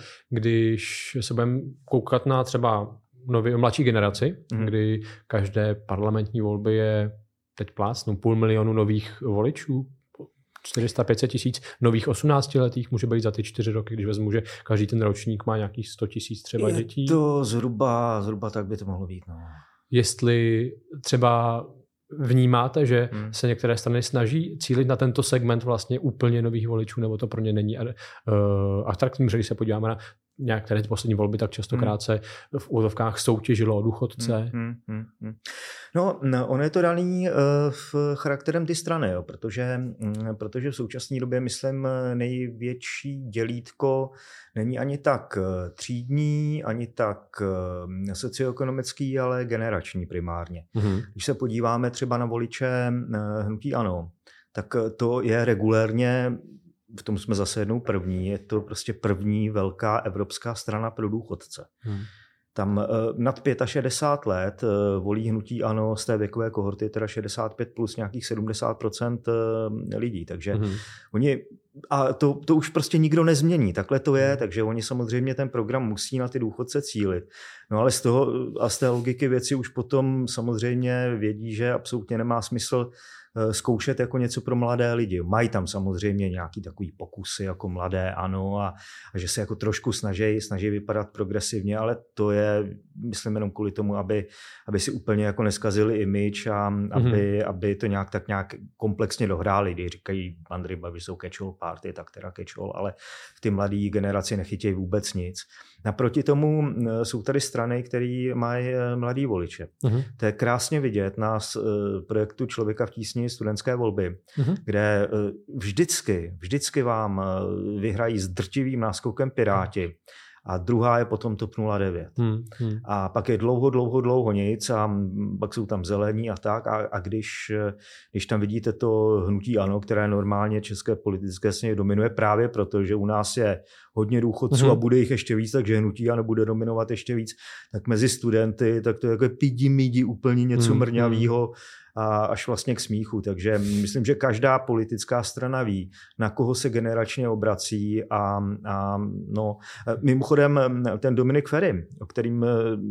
když se budeme koukat na třeba nově, mladší generaci, mm-hmm. kdy každé parlamentní volby je teď plásnu půl milionu nových voličů, čtyři sta pět set tisíc nových osmnáctiletých může být za ty čtyři roky, když vezmu, že každý ten ročník má nějakých sto tisíc třeba je dětí. To zhruba, zhruba tak by to mohlo být. No. Jestli třeba vnímáte, že hmm. se některé strany snaží cílit na tento segment vlastně úplně nových voličů, nebo to pro ně není uh, atraktivní, když se podíváme na nějaké poslední volby, tak častokrát hmm. se v úvodovkách soutěžilo o důchodce. Hmm, hmm, hmm. No, no, ono je to daný uh, v charakterem ty strany, jo, protože, um, protože v současné době, myslím, největší dělítko není ani tak třídní, ani tak uh, socioekonomický, ale generační primárně. Hmm. Když se podíváme třeba na voliče uh, hnutí ANO, tak to je regulérně, v tom jsme zase jednou první, je to prostě první velká evropská strana pro důchodce. Hmm. Tam uh, nad šedesát pět let uh, volí hnutí ANO z té věkové kohorty, teda šedesát pět plus nějakých sedmdesát procent uh, lidí, takže hmm. oni, a to, to už prostě nikdo nezmění, takhle to je, takže oni samozřejmě ten program musí na ty důchodce cílit. No ale z toho a z té logiky věci už potom samozřejmě vědí, že absolutně nemá smysl zkoušet jako něco pro mladé lidi. Mají tam samozřejmě nějaký takový pokusy jako mladé ANO a, a že se jako trošku snaží, snaží vypadat progresivně, ale to je, myslím, jenom kvůli tomu, aby, aby si úplně jako neskazili image a mm-hmm. aby, aby to nějak tak nějak komplexně dohráli. Když říkají Andrej Babiš jsou catch-all party, tak teda catch-all, ale v ty mladé generaci nechytějí vůbec nic. Naproti tomu jsou tady strany, které mají mladý voliče. Mm-hmm. To je krásně vidět na projektu Člověka v tísni studentské volby, mm-hmm. kde vždycky, vždycky vám vyhrají s drtivým náskokem Piráti a druhá je potom TOP nula devět. Hmm, hmm. A pak je dlouho, dlouho, dlouho nic a pak jsou tam zelení a tak a, a když, když tam vidíte to hnutí ANO, které normálně české politické scéně dominuje právě proto, že u nás je hodně důchodců hmm. a bude jich ještě víc, takže hnutí ANO bude dominovat ještě víc, tak mezi studenty, tak to je jako pidi midi úplně něco hmm, mrňavýho hmm. a až vlastně k smíchu. Takže myslím, že každá politická strana ví, na koho se generačně obrací a, a no, mimochodem ten Dominik Feri, o kterým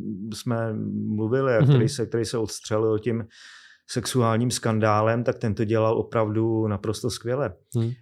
jsme mluvili a který se, který se odstřelil tím sexuálním skandálem, tak ten to dělal opravdu naprosto skvěle. Hmm.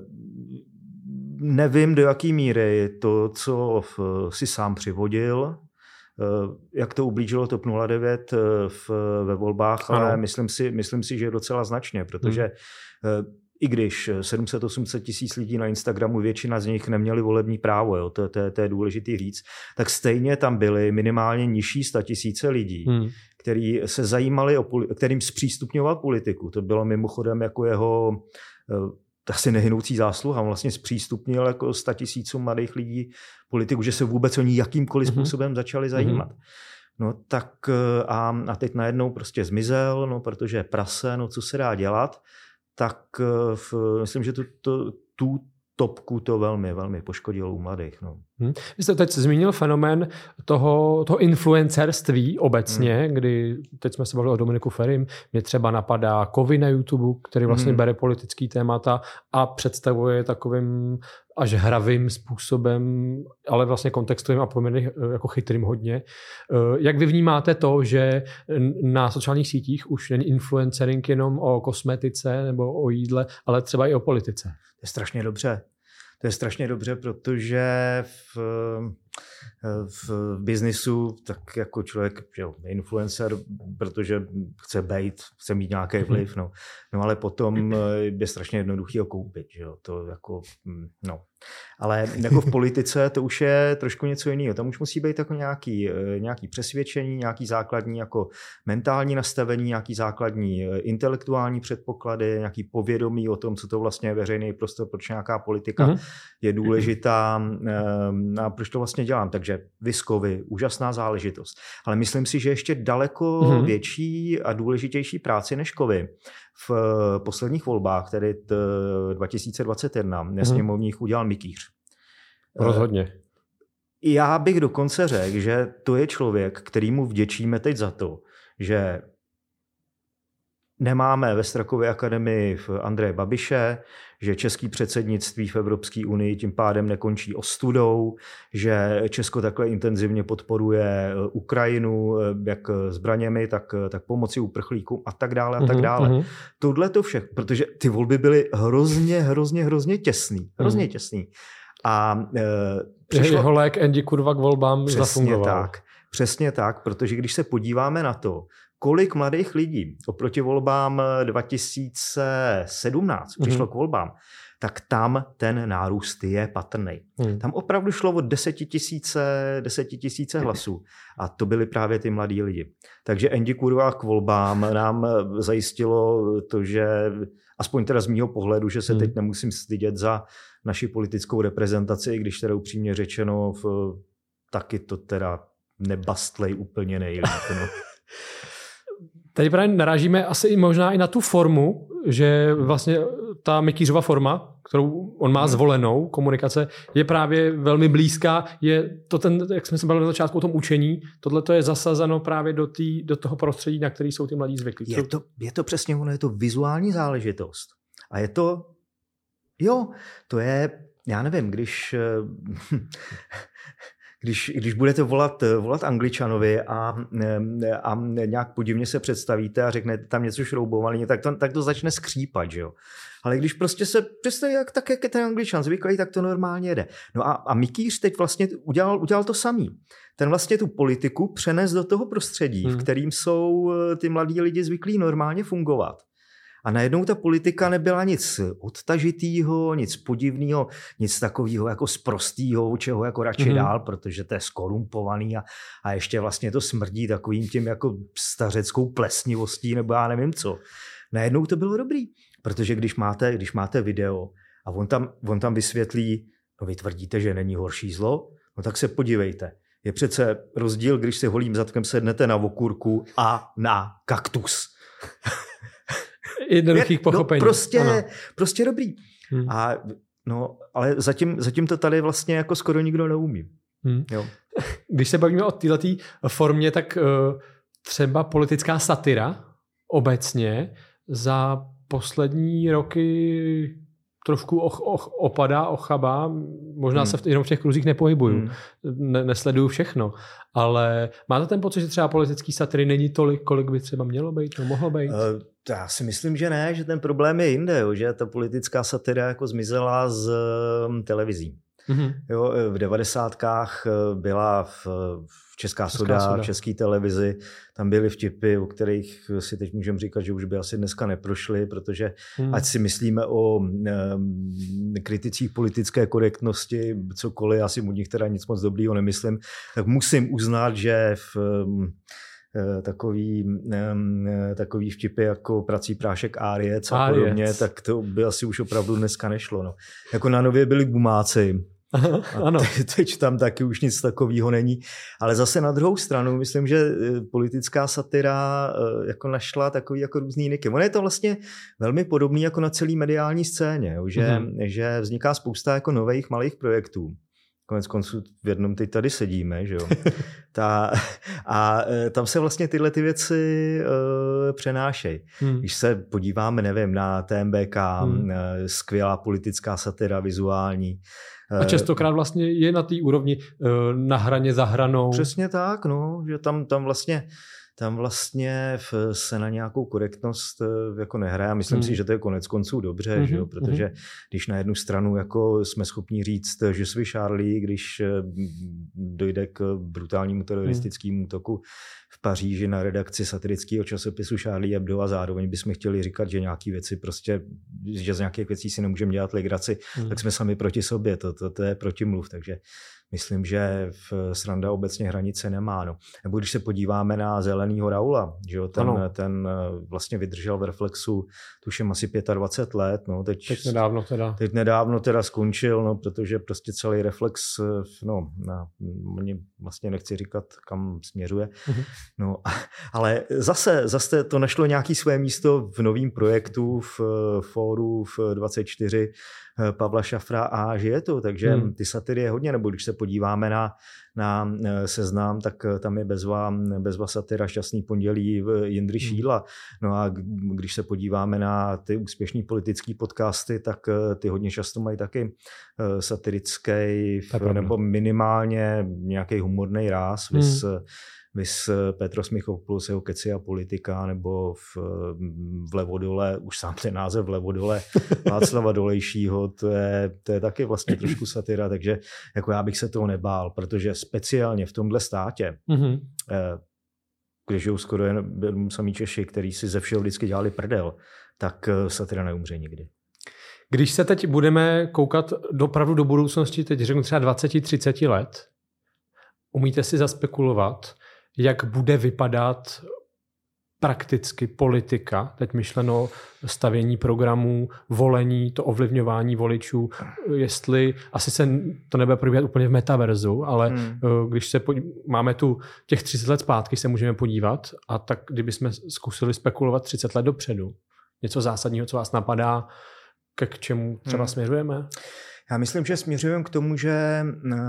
Nevím, do jaký míry to, co si sám přivodil, jak to ublížilo TOP nula devět v, ve volbách, ano. ale myslím si, myslím si, že docela značně, protože hmm. i když sedm set osm set tisíc lidí na Instagramu, většina z nich neměli volební právo, jo, to, to, to je důležitý říct, tak stejně tam byly minimálně nižší statisíce lidí, hmm. který se zajímali, o, kterým zpřístupňoval politiku. To bylo mimochodem jako jeho asi nehynoucí zásluha. On vlastně zpřístupnil jako statisícům mladých lidí politiku, že se vůbec o ní jakýmkoliv mm-hmm. způsobem začali zajímat. Mm-hmm. No tak a, a teď najednou prostě zmizel, no protože prase, no co se dá dělat, tak v, myslím, že tu, to, tu topku to velmi, velmi poškodilo u mladých. No. Hmm. Vy jste teď zmínil fenomén toho, toho influencerství obecně, hmm. kdy teď jsme se bavili o Dominiku Ferim, mě třeba napadá Kovy na YouTube, který vlastně hmm. bere politický témata a představuje takovým až hravým způsobem, ale vlastně kontextovým a poměrně jako chytrým hodně. Jak vy vnímáte to, že na sociálních sítích už není influencering jenom o kosmetice nebo o jídle, ale třeba i o politice? To je strašně dobře. To je strašně dobře, protože v, v biznisu, tak jako člověk, že jo, influencer, protože chce bejt, chce mít nějaký vliv, no. No ale potom je strašně jednoduchý ho koupit, že jo, to jako, no. Ale jako v politice to už je trošku něco jiného. Tam už musí být jako nějaký, nějaký přesvědčení, nějaký základní jako mentální nastavení, nějaký základní intelektuální předpoklady, nějaký povědomí o tom, co to vlastně je veřejný prostor, proč nějaká politika mm-hmm. je důležitá a proč to vlastně dělám. Takže Viskovy, úžasná záležitost. Ale myslím si, že ještě daleko mm-hmm. větší a důležitější práci než kovy v posledních volbách, tedy dva tisíce dvacet jedna, nesněmovních, udělal Mikýř. Rozhodně. Já bych dokonce řekl, že to je člověk, kterýmu vděčíme teď za to, že nemáme ve Strakově akademii v Andreje Babiše, že český předsednictví v Evropské unii tím pádem nekončí ostudou, že Česko takhle intenzivně podporuje Ukrajinu, jak zbraněmi, tak, tak pomoci uprchlíkům a tak dále a tak dále. Uh-huh. Tohle to vše, protože ty volby byly hrozně, hrozně, hrozně těsný. Hrozně uh-huh. těsný. A e, přišlo... Jeho lék Andy kurva k volbám přesně zafungoval. Tak, přesně tak, protože když se podíváme na to, kolik mladých lidí oproti volbám dva tisíce sedmnáct mm-hmm. přišlo k volbám, tak tam ten nárůst je patrný. Mm. Tam opravdu šlo o desetitisíce hlasů a to byli právě ty mladí lidi. Takže Andy kurva k volbám nám zajistilo to, že aspoň teda z mýho pohledu, že se mm. teď nemusím stydět za naši politickou reprezentaci, i když teda upřímně řečeno v, taky to teda nebastlej úplně nejlíp. No. Tady právě narážíme asi i možná i na tu formu, že vlastně ta Mikýřova forma, kterou on má zvolenou, komunikace, je právě velmi blízká. Je to ten, jak jsme se bavili na začátku o tom učení, tohle to je zasazeno právě do, tý, do toho prostředí, na který jsou ty mladí zvyklí. Je to, je to přesně ono, je to vizuální záležitost. A je to, jo, to je, já nevím, když... Když, když budete volat, volat Angličanovi a, a nějak podivně se představíte a řeknete tam něco šroubovaný, tak to, tak to začne skřípat, že jo. Ale když prostě se představí, jak, tak jak je ten Angličan zvyklý, tak to normálně jde. No a, a Mikýř teď vlastně udělal, udělal to samý. Ten vlastně tu politiku přenes do toho prostředí, hmm. v kterým jsou ty mladí lidi zvyklí normálně fungovat. A najednou ta politika nebyla nic odtažitýho, nic podivného, nic takového jako sprostýho, čeho jako radši mm-hmm. dál, protože to je skorumpovaný a, a ještě vlastně to smrdí takovým tím jako stařeckou plesnivostí nebo já nevím co. Najednou to bylo dobrý, protože když máte, když máte video a on tam, on tam vysvětlí, no vy tvrdíte, že není horší zlo, no tak se podívejte. Je přece rozdíl, když si holým zadkem sednete na okurku a na kaktus. Jednoduchých pochopení. No, prostě, prostě dobrý. Hmm. A, no, ale zatím, zatím to tady vlastně jako skoro nikdo neumí. Hmm. Jo. Když se bavíme o této formě, tak uh, třeba politická satira obecně za poslední roky trošku och, och, opadá, ochabá. Možná hmm. se v, jenom v těch kruzích nepohybuju. Hmm. Ne, nesleduju všechno. Ale máte ten pocit, že třeba politický satiry není tolik, kolik by třeba mělo být, no mohlo být? Uh, já si myslím, že ne, že ten problém je jinde, jo, že ta politická satira jako zmizela z um, televizí. Mm-hmm. Jo, v devadesátkách byla v, v Česká, Česká soda, soda, v České televizi, tam byly vtipy, o kterých si teď můžeme říkat, že už by asi dneska neprošly, protože mm. ať si myslíme o um, kriticích politické korektnosti, cokoliv, asi u nich teda nic moc dobrýho nemyslím, tak musím uznat, že v um, takový, um, takový vtipy jako prací prášek Áriec a podobně, tak to by asi už opravdu dneska nešlo. No. Jako na Nově byli gumáci. Ano. Teď, teď tam taky už nic takového není. Ale zase na druhou stranu, myslím, že politická satira jako našla takový jako různý niky. Ono je to vlastně velmi podobný jako na celý mediální scéně, jo, že, mm-hmm. že vzniká spousta jako nových malých projektů. Konec konců v jednom teď tady sedíme, že jo. Ta, a tam se vlastně tyhle ty věci uh, přenášejí. Hmm. Když se podíváme, nevím, na T M B K, hmm. skvělá politická satira, vizuální. A častokrát vlastně je na té úrovni uh, na hraně za hranou. Přesně tak, no, že tam, tam vlastně tam vlastně se na nějakou korektnost jako nehraje. Myslím hmm. si, že to je konec konců dobře, hmm. že jo? Protože hmm. když na jednu stranu jako jsme schopni říct, že jsi Charlie, když dojde k brutálnímu teroristickému útoku v Paříži na redakci satirického časopisu Charlie Hebdo a zároveň bychom chtěli říkat, že nějaké věci prostě, že z nějakých věcí si nemůžeme dělat legraci, hmm. tak jsme sami proti sobě, to, to, to je protimluv, takže myslím, že v sranda obecně hranice nemá. No. Nebo když se podíváme na Zelenýho Raula, že jo, ten, ten vlastně vydržel v Reflexu tuším asi dvacet pět let. No, teď, teď nedávno teda. Teď nedávno teda skončil, no, protože prostě celý Reflex, no, na, vlastně nechci říkat, kam směřuje. Mm-hmm. No, ale zase, zase to našlo nějaké své místo v novém projektu, v fóru v dvacet čtyři Pavla Šafra a žije to, takže hmm. ty satiry je hodně, nebo když se podíváme na, na Seznam, tak tam je bezva, bezva satira Šťastný pondělí v Jindry hmm. Šídla. No a když se podíváme na ty úspěšný politický podcasty, tak ty hodně často mají taky satirický nebo minimálně nějaký humorný ráz, hmm. vys, vys Petros Michopoulos, jeho Keci a politika, nebo v, v Levodole, už sám ten název Levodole Václava Dolejšího, to je, to je taky vlastně trošku satira, takže jako já bych se toho nebál, protože speciálně v tomhle státě, mm-hmm. když žijou skoro jen samý Češi, který si ze všeho vždycky dělali prdel, tak satira neumře nikdy. Když se teď budeme koukat dopravdu do budoucnosti, teď řeknu třeba dvacet třicet let, umíte si zaspekulovat, jak bude vypadat prakticky politika, teď myšleno stavění programů, volení, to ovlivňování voličů, jestli, asi se to nebude probíhat úplně v metaverzu, ale hmm. když se podí, máme tu těch třicet let zpátky, se můžeme podívat a tak kdybychom zkusili spekulovat třicet let dopředu, něco zásadního, co vás napadá, ke k čemu třeba hmm. směřujeme? Já myslím, že směřujeme k tomu, že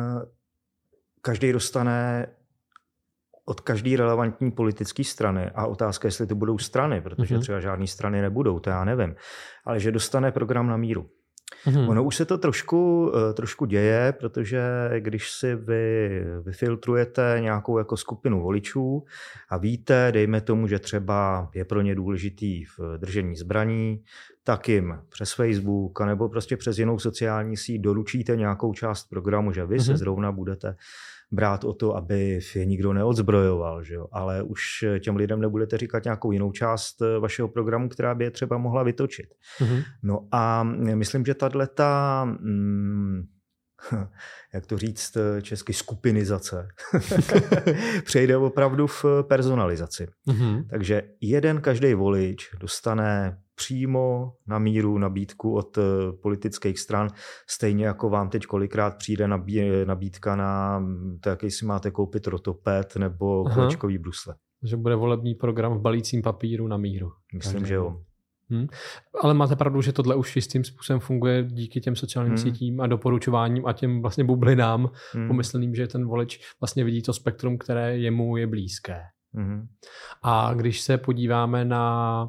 každý dostane od každé relevantní politické strany a otázka, jestli to budou strany, protože třeba žádné strany nebudou, to já nevím, ale že dostane program na míru. Mm-hmm. Ono už se to trošku, trošku děje, protože když si vy vyfiltrujete nějakou jako skupinu voličů a víte, dejme tomu, že třeba je pro ně důležitý v držení zbraní, tak jim přes Facebook nebo prostě přes jinou sociální síť doručíte nějakou část programu, že vy mm-hmm. se zrovna budete brát o to, aby je nikdo neodzbrojoval, že jo? Ale už těm lidem nebudete říkat nějakou jinou část vašeho programu, která by je třeba mohla vytočit. Mm-hmm. No a myslím, že tato, hmm, jak to říct česky, skupinizace přejde opravdu v personalizaci. Mm-hmm. Takže jeden každý volič dostane přímo na míru nabídku od politických stran, stejně jako vám teď kolikrát přijde nabídka na to, jaký si máte koupit rotoped nebo kolečkový brusle. Že bude volební program v balícím papíru na míru. Myslím, každý. Že jo. Hmm. Ale máte pravdu, že tohle už jistým způsobem funguje díky těm sociálním hmm. sítím a doporučováním a těm vlastně bublinám hmm. pomyslným, že ten volič vlastně vidí to spektrum, které jemu je blízké. Hmm. A když se podíváme na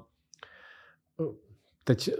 teď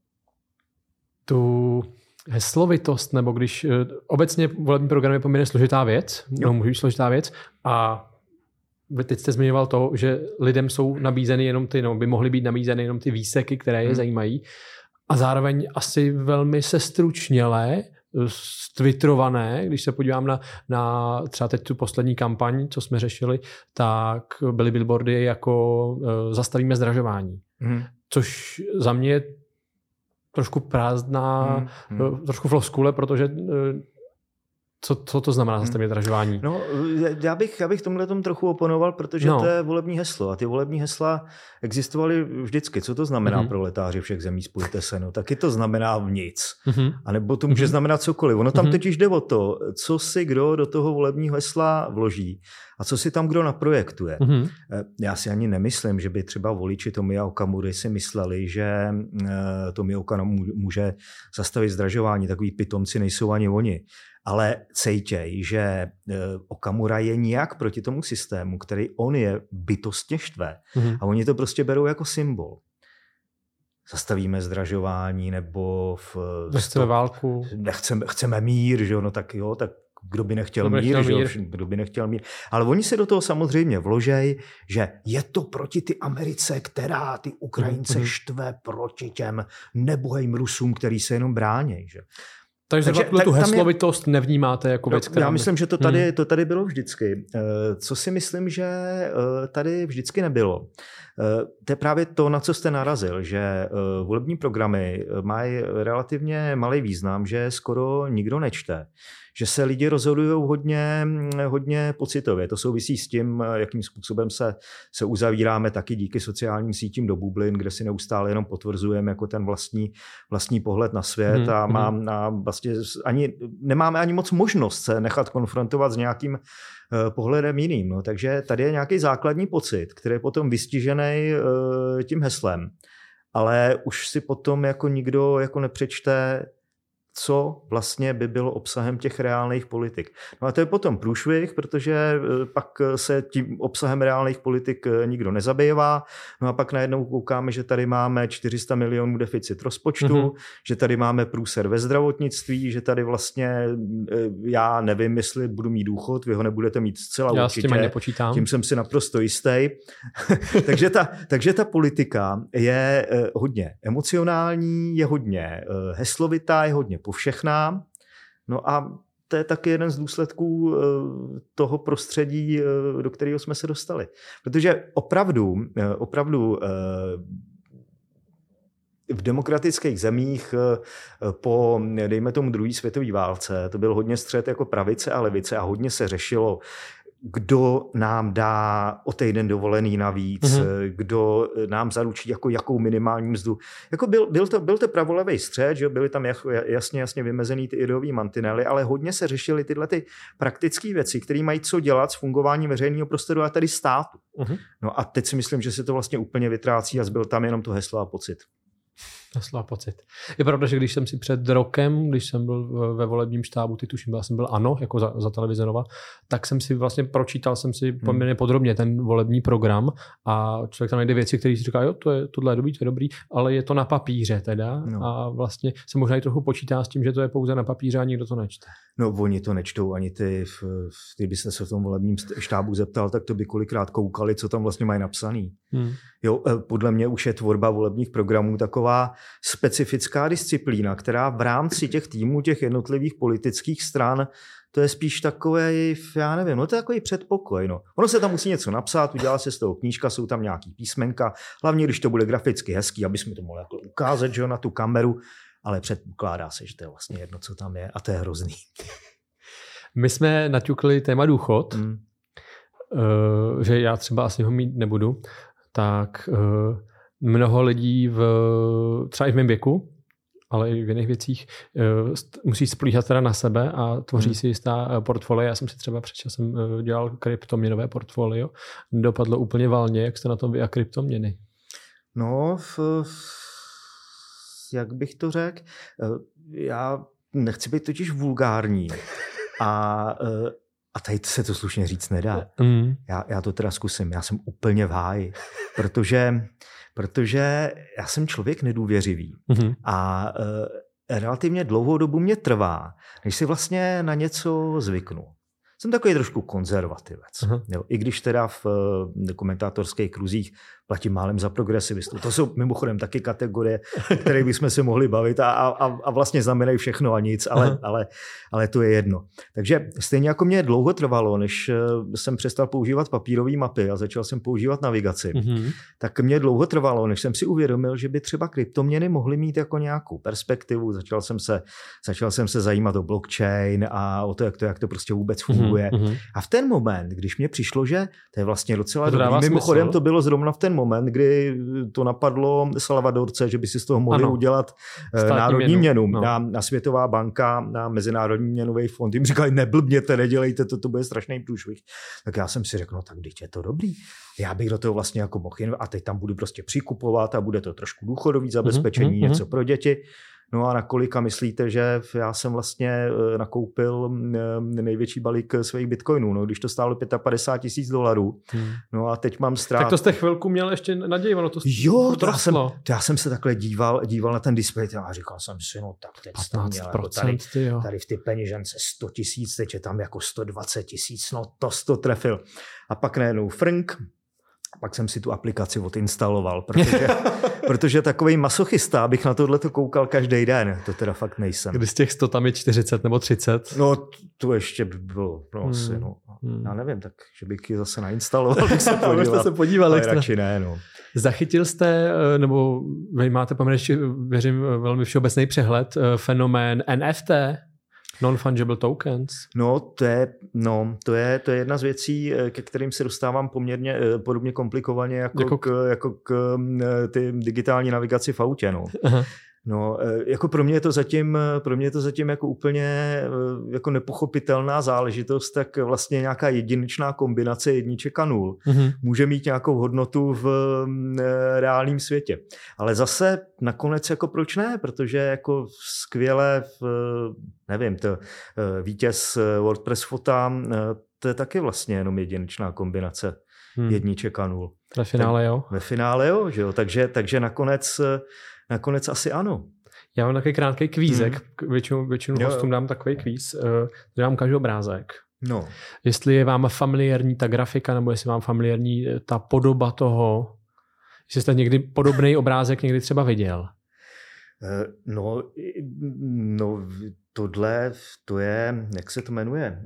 tu heslovitost, nebo když obecně volební program je poměrně složitá věc, no, může být složitá věc a vy teď jste zmiňoval to, že lidem jsou nabízeny jenom ty, no, by mohly být nabízeny jenom ty výseky, které je hmm. zajímají a zároveň asi velmi sestručnělé, stvitrované, když se podívám na, na třeba teď tu poslední kampaň, co jsme řešili, tak byly billboardy jako uh, zastavíme zdražování. Hmm. Což za mě je trošku prázdná, hmm. Hmm. trošku floskule, protože uh, Co, co to znamená zastavit zdražování? No, já bych, já bych tomhle tom trochu oponoval, protože no. to je volební heslo a ty volební hesla existovaly vždycky. Co to znamená mm-hmm. proletáři všech zemí, spojte se? No, taky to znamená nic. Mm-hmm. A nebo to může mm-hmm. znamenat cokoliv. Ono tam mm-hmm. totiž jde o to, co si kdo do toho volebního hesla vloží a co si tam kdo naprojektuje. Mm-hmm. Já si ani nemyslím, že by třeba voliči Tomia Okamury si mysleli, že Tomio Okamura může zastavit zdražování. Takový pitomci nejsou ani oni. Ale cejtěj, že Okamura je nijak proti tomu systému, který on je bytostně štve. Mm-hmm. A oni to prostě berou jako symbol. Zastavíme zdražování nebo v... Nechceme válku. Nechceme, chceme mír, že jo, no tak jo, tak kdo by nechtěl kdo by mír, nechtěl mír. Že? Kdo by nechtěl mír. Ale oni se do toho samozřejmě vložej, že je to proti ty Americe, která ty Ukrajince mm-hmm. štve proti těm nebohým Rusům, který se jenom brání. Že? Takže, Takže tak, tu heslovitost je, nevnímáte jako věc, která... Já myslím, že to tady, hmm. to tady bylo vždycky. Co si myslím, že tady vždycky nebylo. To je právě to, na co jste narazil, že volební programy mají relativně malý význam, že skoro nikdo nečte. Že se lidi rozhodují hodně, hodně pocitově. To souvisí s tím, jakým způsobem se, se uzavíráme taky díky sociálním sítím do bublin, kde si neustále jenom potvrzujeme jako ten vlastní, vlastní pohled na svět hmm. a, mám, a vlastně ani, nemáme ani moc možnost se nechat konfrontovat s nějakým uh, pohledem jiným. No. Takže tady je nějaký základní pocit, který je potom vystižený uh, tím heslem. Ale už si potom jako nikdo jako nepřečte, co vlastně by bylo obsahem těch reálných politik. No a to je potom průšvih, protože pak se tím obsahem reálných politik nikdo nezabývá. No a pak najednou koukáme, že tady máme čtyři sta milionů deficit rozpočtu, mm-hmm. že tady máme průser ve zdravotnictví, že tady vlastně já nevím, jestli budu mít důchod, vy ho nebudete mít zcela já určitě. Já s tím nepočítám. Tím jsem si naprosto jistý. takže, ta, takže ta politika je hodně emocionální, je hodně heslovitá, je hodně povšechná. No a to je taky jeden z důsledků toho prostředí, do kterého jsme se dostali. Protože opravdu, opravdu v demokratických zemích po, dejme tomu, druhé světové válce, to byl hodně střet jako pravice a levice a hodně se řešilo, kdo nám dá o týden dovolený navíc, mm-hmm. kdo nám zaručí jako jakou minimální mzdu. Jako byl, byl, to, byl to pravolevý střed, že byly tam jasně, jasně vymezený ty ideový mantinely, ale hodně se řešily tyhle ty praktické věci, které mají co dělat s fungováním veřejného prostoru a tady státu. Mm-hmm. No a teď si myslím, že se to vlastně úplně vytrácí a zbyl tam jenom to heslo a pocit. Heslo a pocit. Je pravda, že když jsem si před rokem, když jsem byl ve volebním štábu, ty tuším, já jsem byl ANO, jako za, za Televize Nova, tak jsem si vlastně pročítal jsem si poměrně hmm. podrobně ten volební program a člověk tam najde věci, které si říká, jo, to je, tohle je dobrý, to je dobrý, ale je to na papíře teda no. a vlastně se možná i trochu počítá s tím, že to je pouze na papíře a nikdo to nečte. No oni to nečtou, ani ty, kdybyste se v tom volebním štábu zeptal, tak to by kolikrát koukali, co tam vlastně mají napsaný. Hmm. Jo, podle mě už je tvorba volebních programů taková specifická disciplína, která v rámci těch týmů, těch jednotlivých politických stran, to je spíš takový, já nevím, no to je takový předpokoj. No. Ono se tam musí něco napsat, udělá se z toho knížka, jsou tam nějaký písmenka, hlavně když to bude graficky hezký, aby jsme to mohli jako ukázat, že jo, na tu kameru, ale předpokládá se, že to je vlastně jedno, co tam je a to je hrozný. My jsme naťukli téma důchod, hmm. uh, že já třeba asi ho mít nebudu, tak uh, mnoho lidí v, třeba i v mém věku, ale i v jiných věcích, musí spolíhat teda na sebe a tvoří hmm. si jistá portfolia. Já jsem si třeba před časem dělal kryptoměnové portfolio. Dopadlo úplně valně. Jak jste na tom vy a kryptoměny? No, v, jak bych to řekl? Já nechci být totiž vulgární. A, a tady se to slušně říct nedá. Mm. Já, já to teda zkusím. Já jsem úplně v háji, protože Protože já jsem člověk nedůvěřivý mm-hmm. a e, relativně dlouhou dobu mě trvá, než si vlastně na něco zvyknu. Jsem takový trošku konzervativec. Uh-huh. Jo, i když teda v uh, komentátorských kruzích platím málem za progresivistu. To jsou mimochodem taky kategorie, které bychom se mohli bavit a, a, a vlastně znamenají všechno a nic, ale, uh-huh. ale, ale to je jedno. Takže stejně jako mě dlouho trvalo, než jsem přestal používat papírové mapy a začal jsem používat navigaci, uh-huh. tak mě dlouho trvalo, než jsem si uvědomil, že by třeba kryptoměny mohly mít jako nějakou perspektivu. Začal jsem se, začal jsem se zajímat o blockchain a o to, jak to, jak to prostě vůbec funguje. Uh-huh. A v ten moment, když mě přišlo, že to je vlastně docela to dobrý, mimochodem to bylo zrovna v ten moment, kdy to napadlo Salvadorce, že by si z toho mohli ano. udělat Státní národní měnu. měnu. No. Na, na Světová banka, na Mezinárodní měnový fond. Jim říkali, neblbněte, nedělejte to, to bude strašný průšvih. Tak já jsem si řekl, no tak teď je to dobrý. Já bych do toho vlastně jako mohl a teď tam budu prostě přikupovat a bude to trošku důchodový zabezpečení, mm-hmm. něco pro děti. No a na kolika myslíte, že já jsem vlastně nakoupil největší balík svých bitcoinů, no když to stálo padesát pět tisíc dolarů, hmm. no a teď mám ztrát. Tak to jste chvilku měl ještě naději, ono to Jo, to já, jsem, to já jsem se takhle díval, díval na ten displej a říkal jsem si, no tak teď jsem měl jako tady, tady v ty peněžence sto tisíc, teď je tam jako sto dvacet tisíc, no to to trefil. A pak najednou frnk, pak jsem si tu aplikaci odinstaloval, protože, protože takovej masochista, abych na tohleto koukal každý den, to teda fakt nejsem. Když z těch sto tam je čtyřicet nebo třicet? No to ještě by bylo, no hmm. asi, no. Hmm. Já nevím, tak že bych ji zase nainstaloval, bych se podíval. se podíval, ale radši ne, no. Zachytil jste, nebo vy máte poměrně, věřím, velmi všeobecný přehled, fenomén N F T, Non-fungible tokens. No, to je, no to, je, to je jedna z věcí, ke kterým se dostávám poměrně podobně komplikovaně jako, jako k, k, jako k ty digitální navigaci v autě. No. Aha. No, jako pro mě je to zatím, pro mě je to zatím jako úplně jako nepochopitelná záležitost, tak vlastně nějaká jedinečná kombinace jedniček a nul mm-hmm. může mít nějakou hodnotu v reálném světě. Ale zase nakonec jako proč ne, protože jako skvěle, nevím, to vítěz WordPress fota, to je taky vlastně jenom jedinečná kombinace hmm. jedniček a nul. Ve finále jo. Ve finále jo, že jo, takže, takže nakonec Nakonec asi ano. Já mám takový krátký kvízek, hmm. většinou, většinou hostům dám takový kvíz, kde dám každý obrázek. No. Jestli je vám familiární ta grafika, nebo jestli vám familiární ta podoba toho, jestli jste někdy podobný obrázek někdy třeba viděl. No, no tohle, to je, jak se to jmenuje?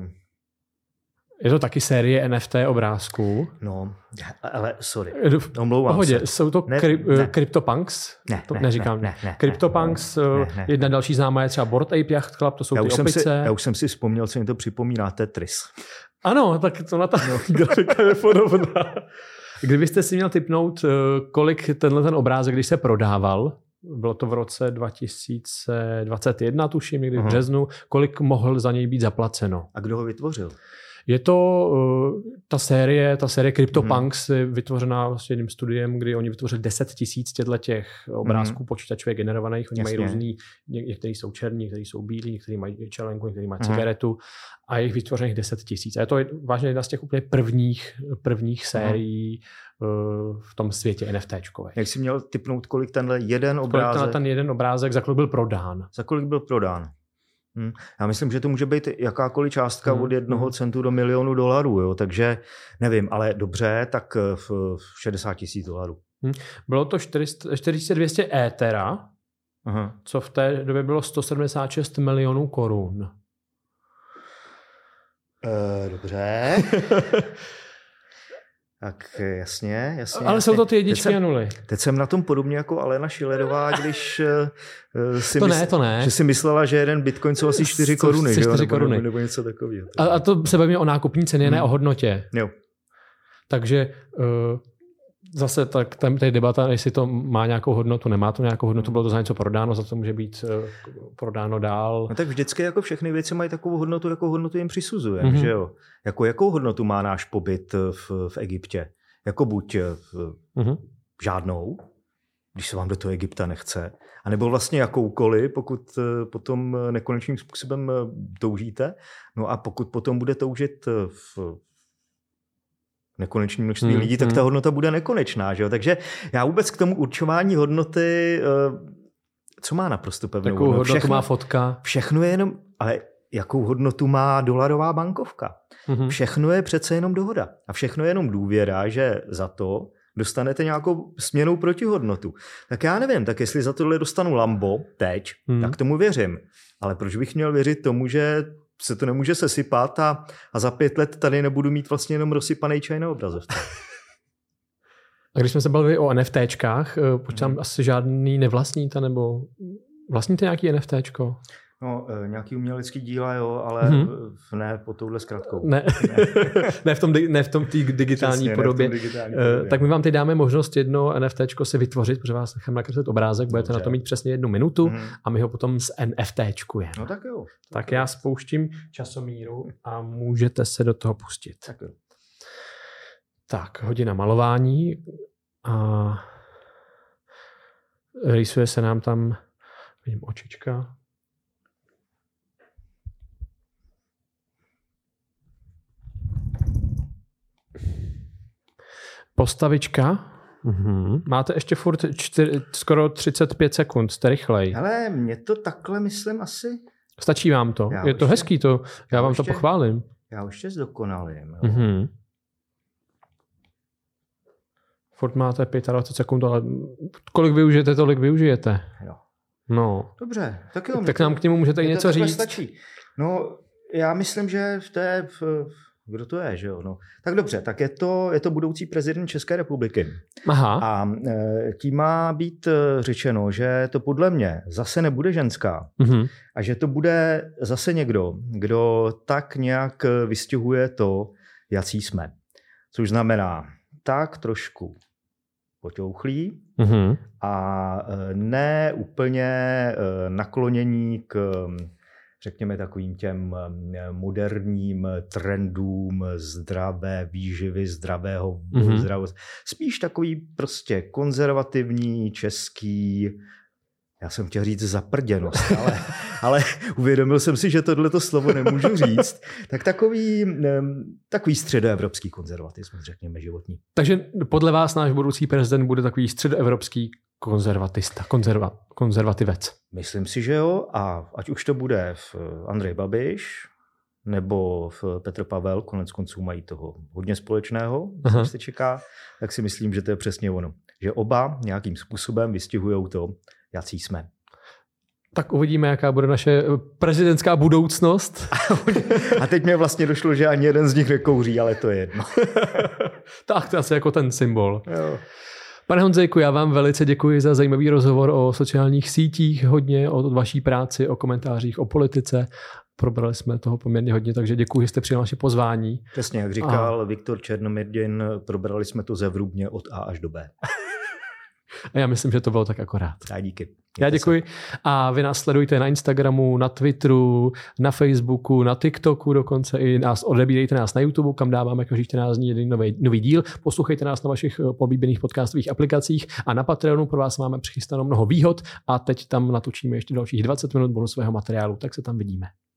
Je to taky série N F T obrázků. No, ale sorry, omlouvám Pohodě, se. Jsou to ne, kri- ne. CryptoPunks? Ne, to ne, neříkám. Ne, ne, CryptoPunks, ne, ne, ne, jedna další známá je třeba Bored Ape Yacht Club, to jsou já ty opice. Si, já už jsem si vzpomněl, co mi to připomíná Tetris. Ano, tak to na ta no. grafika je podobná. Kdybyste si měl tipnout, kolik tenhle ten obrázek, když se prodával, bylo to v roce dva tisíce dvacet jedna, tuším, někdy v březnu, kolik mohl za něj být zaplaceno? A kdo ho vytvořil? Je to uh, ta série, ta série CryptoPunks hmm. vytvořená vlastně jedním studiem, kdy oni vytvořili deset tisíc těch obrázků hmm. počítačově generovaných. Oni Jasně. mají různý, ně, některý jsou černí, některý jsou bílí, některý mají čelenku, některý mají hmm. cigaretu a je jich vytvořených deset tisíc. A je to vážně jedna z těch úplně prvních, prvních sérií hmm. uh, v tom světě NFTčkových. Jak jsi měl tipnout, kolik tenhle jeden obrázek? Kolik ten jeden obrázek, za kolik byl prodán? Za kolik byl prodán? Hmm. Já myslím, že to může být jakákoliv částka hmm. od jednoho centu do milionu dolarů, jo? Takže nevím, ale dobře, tak v, v šedesát tisíc dolarů. Hmm. Bylo to čtyři tisíce dvě stě étera, Aha. co v té době bylo sto sedmdesát šest milionů korun. E, dobře. Tak jasně, jasně. Ale jasně. jsou to ty jedničky a nuly. Teď jsem na tom podobně jako Alena Schillerová, když uh, si, to mysl, ne, to ne. že si myslela, že jeden bitcoin jsou asi čtyři koruny. čtyři koruny. Nebo, nebo něco takového. A, a to se bavíme o nákupní ceně, hmm. ne o hodnotě. Jo. Takže uh, zase tak, tam je debata, jestli to má nějakou hodnotu, nemá to nějakou hodnotu, bylo to za něco prodáno, za to může být uh, prodáno dál. No tak vždycky jako všechny věci mají takovou hodnotu, jakou hodnotu jim přisuzujeme, mm-hmm. že jo? Jako jakou hodnotu má náš pobyt v, v Egyptě? Jako buď v, mm-hmm. žádnou, když se vám do toho Egypta nechce, anebo vlastně jakoukoliv, pokud potom nekonečným způsobem toužíte. No a pokud potom bude toužit v nekonečné množství hmm, lidí, tak hmm. ta hodnota bude nekonečná. Že jo? Takže já vůbec k tomu určování hodnoty, co má naprosto pevnou Takovou hodnotu? Všechno, má fotka. Všechno je jenom, ale jakou hodnotu má dolarová bankovka? Hmm. Všechno je přece jenom dohoda. A všechno je jenom důvěra, že za to dostanete nějakou směnou protihodnotu. Tak já nevím, tak jestli za tohle dostanu Lambo teď, hmm. tak tomu věřím. Ale proč bych měl věřit tomu, že se to nemůže sesypat a, a za pět let tady nebudu mít vlastně jenom rozsypaný čaj na obrazovce. A když jsme se bavili o NFTčkách, počítám hmm. asi žádný nevlastníte, nebo vlastníte nějaký NFTčko? No, nějaký umělecký díla, jo, ale mm-hmm. ne pod touhle zkratkou. Ne, ne. ne v tom, ne v tom tý digitální Přesně, podobě. Ne v tom digitální podobě. Tak my vám teď dáme možnost jedno NFTčko si vytvořit, protože vás nechám nakreslit obrázek, budete Dobře. na to mít přesně jednu minutu mm-hmm. a my ho potom z NFTčkujeme. No tak jo. Tak, tak já spouštím časomíru a můžete se do toho pustit. Tak jo. Tak, hodina malování a rýsuje se nám tam Vidím očička. Postavička. Uhum. Máte ještě furt čtyři, skoro třicet pět sekund, jste rychlej. Ale mě to takhle myslím asi... Stačí vám to? Já Je to ještě, hezký to, já, já vám ještě, to pochválím. Já už je zdokonalím. Mhm. Furt máte dvacet pět sekund, ale kolik využijete, tolik využijete. Jo. No. Dobře, tak jo. Tak nám k němu můžete něco říct. Stačí. No, já myslím, že v té... V, kdo to je, že jo? No. Tak dobře, tak je to, je to budoucí prezident České republiky. Aha. A e, tím má být řečeno, že to podle mě zase nebude ženská. Mhm. A že to bude zase někdo, kdo tak nějak vystihuje to, jací jsme. Což znamená tak trošku poťouchlí mhm. a ne úplně naklonění k, řekněme, takovým těm moderním trendům zdravé výživy, zdravého mm-hmm. zdravost. Spíš takový prostě konzervativní, český, já jsem chtěl říct zaprděnost, ale, ale uvědomil jsem si, že tohleto slovo nemůžu říct. Tak takový, takový středoevropský konzervatismus, řekněme, životní. Takže podle vás náš budoucí prezident bude takový středoevropský konzervatista, konzerva, konzervativec. Myslím si, že jo. A ať už to bude v Andrej Babiš nebo v Petr Pavel, konec konců mají toho hodně společného, co se čeká, tak si myslím, že to je přesně ono. Že oba nějakým způsobem vystihujou to, jací jsme. Tak uvidíme, jaká bude naše prezidentská budoucnost. A teď mě vlastně došlo, že ani jeden z nich nekouří, ale to je jedno. Tak to je asi jako ten symbol. Jo. Pane Honzejku, já vám velice děkuji za zajímavý rozhovor o sociálních sítích, hodně o vaší práci, o komentářích, o politice. Probrali jsme toho poměrně hodně, takže děkuji, že jste přijal naše pozvání. Přesně, jak říkal a... Viktor Černomyrdin, probrali jsme to zevrubně od A až do B. A já myslím, že to bylo tak akorát. A díky. Mějte já děkuji. Se. A vy nás sledujte na Instagramu, na Twitteru, na Facebooku, na TikToku dokonce i nás odebírejte nás na YouTube, kam dáváme každý čtrnáct dní jeden nový, nový díl. Poslouchejte nás na vašich oblíbených podcastových aplikacích a na Patreonu pro vás máme přichystanou mnoho výhod a teď tam natočíme ještě dalších dvacet minut bonusového materiálu, tak se tam vidíme.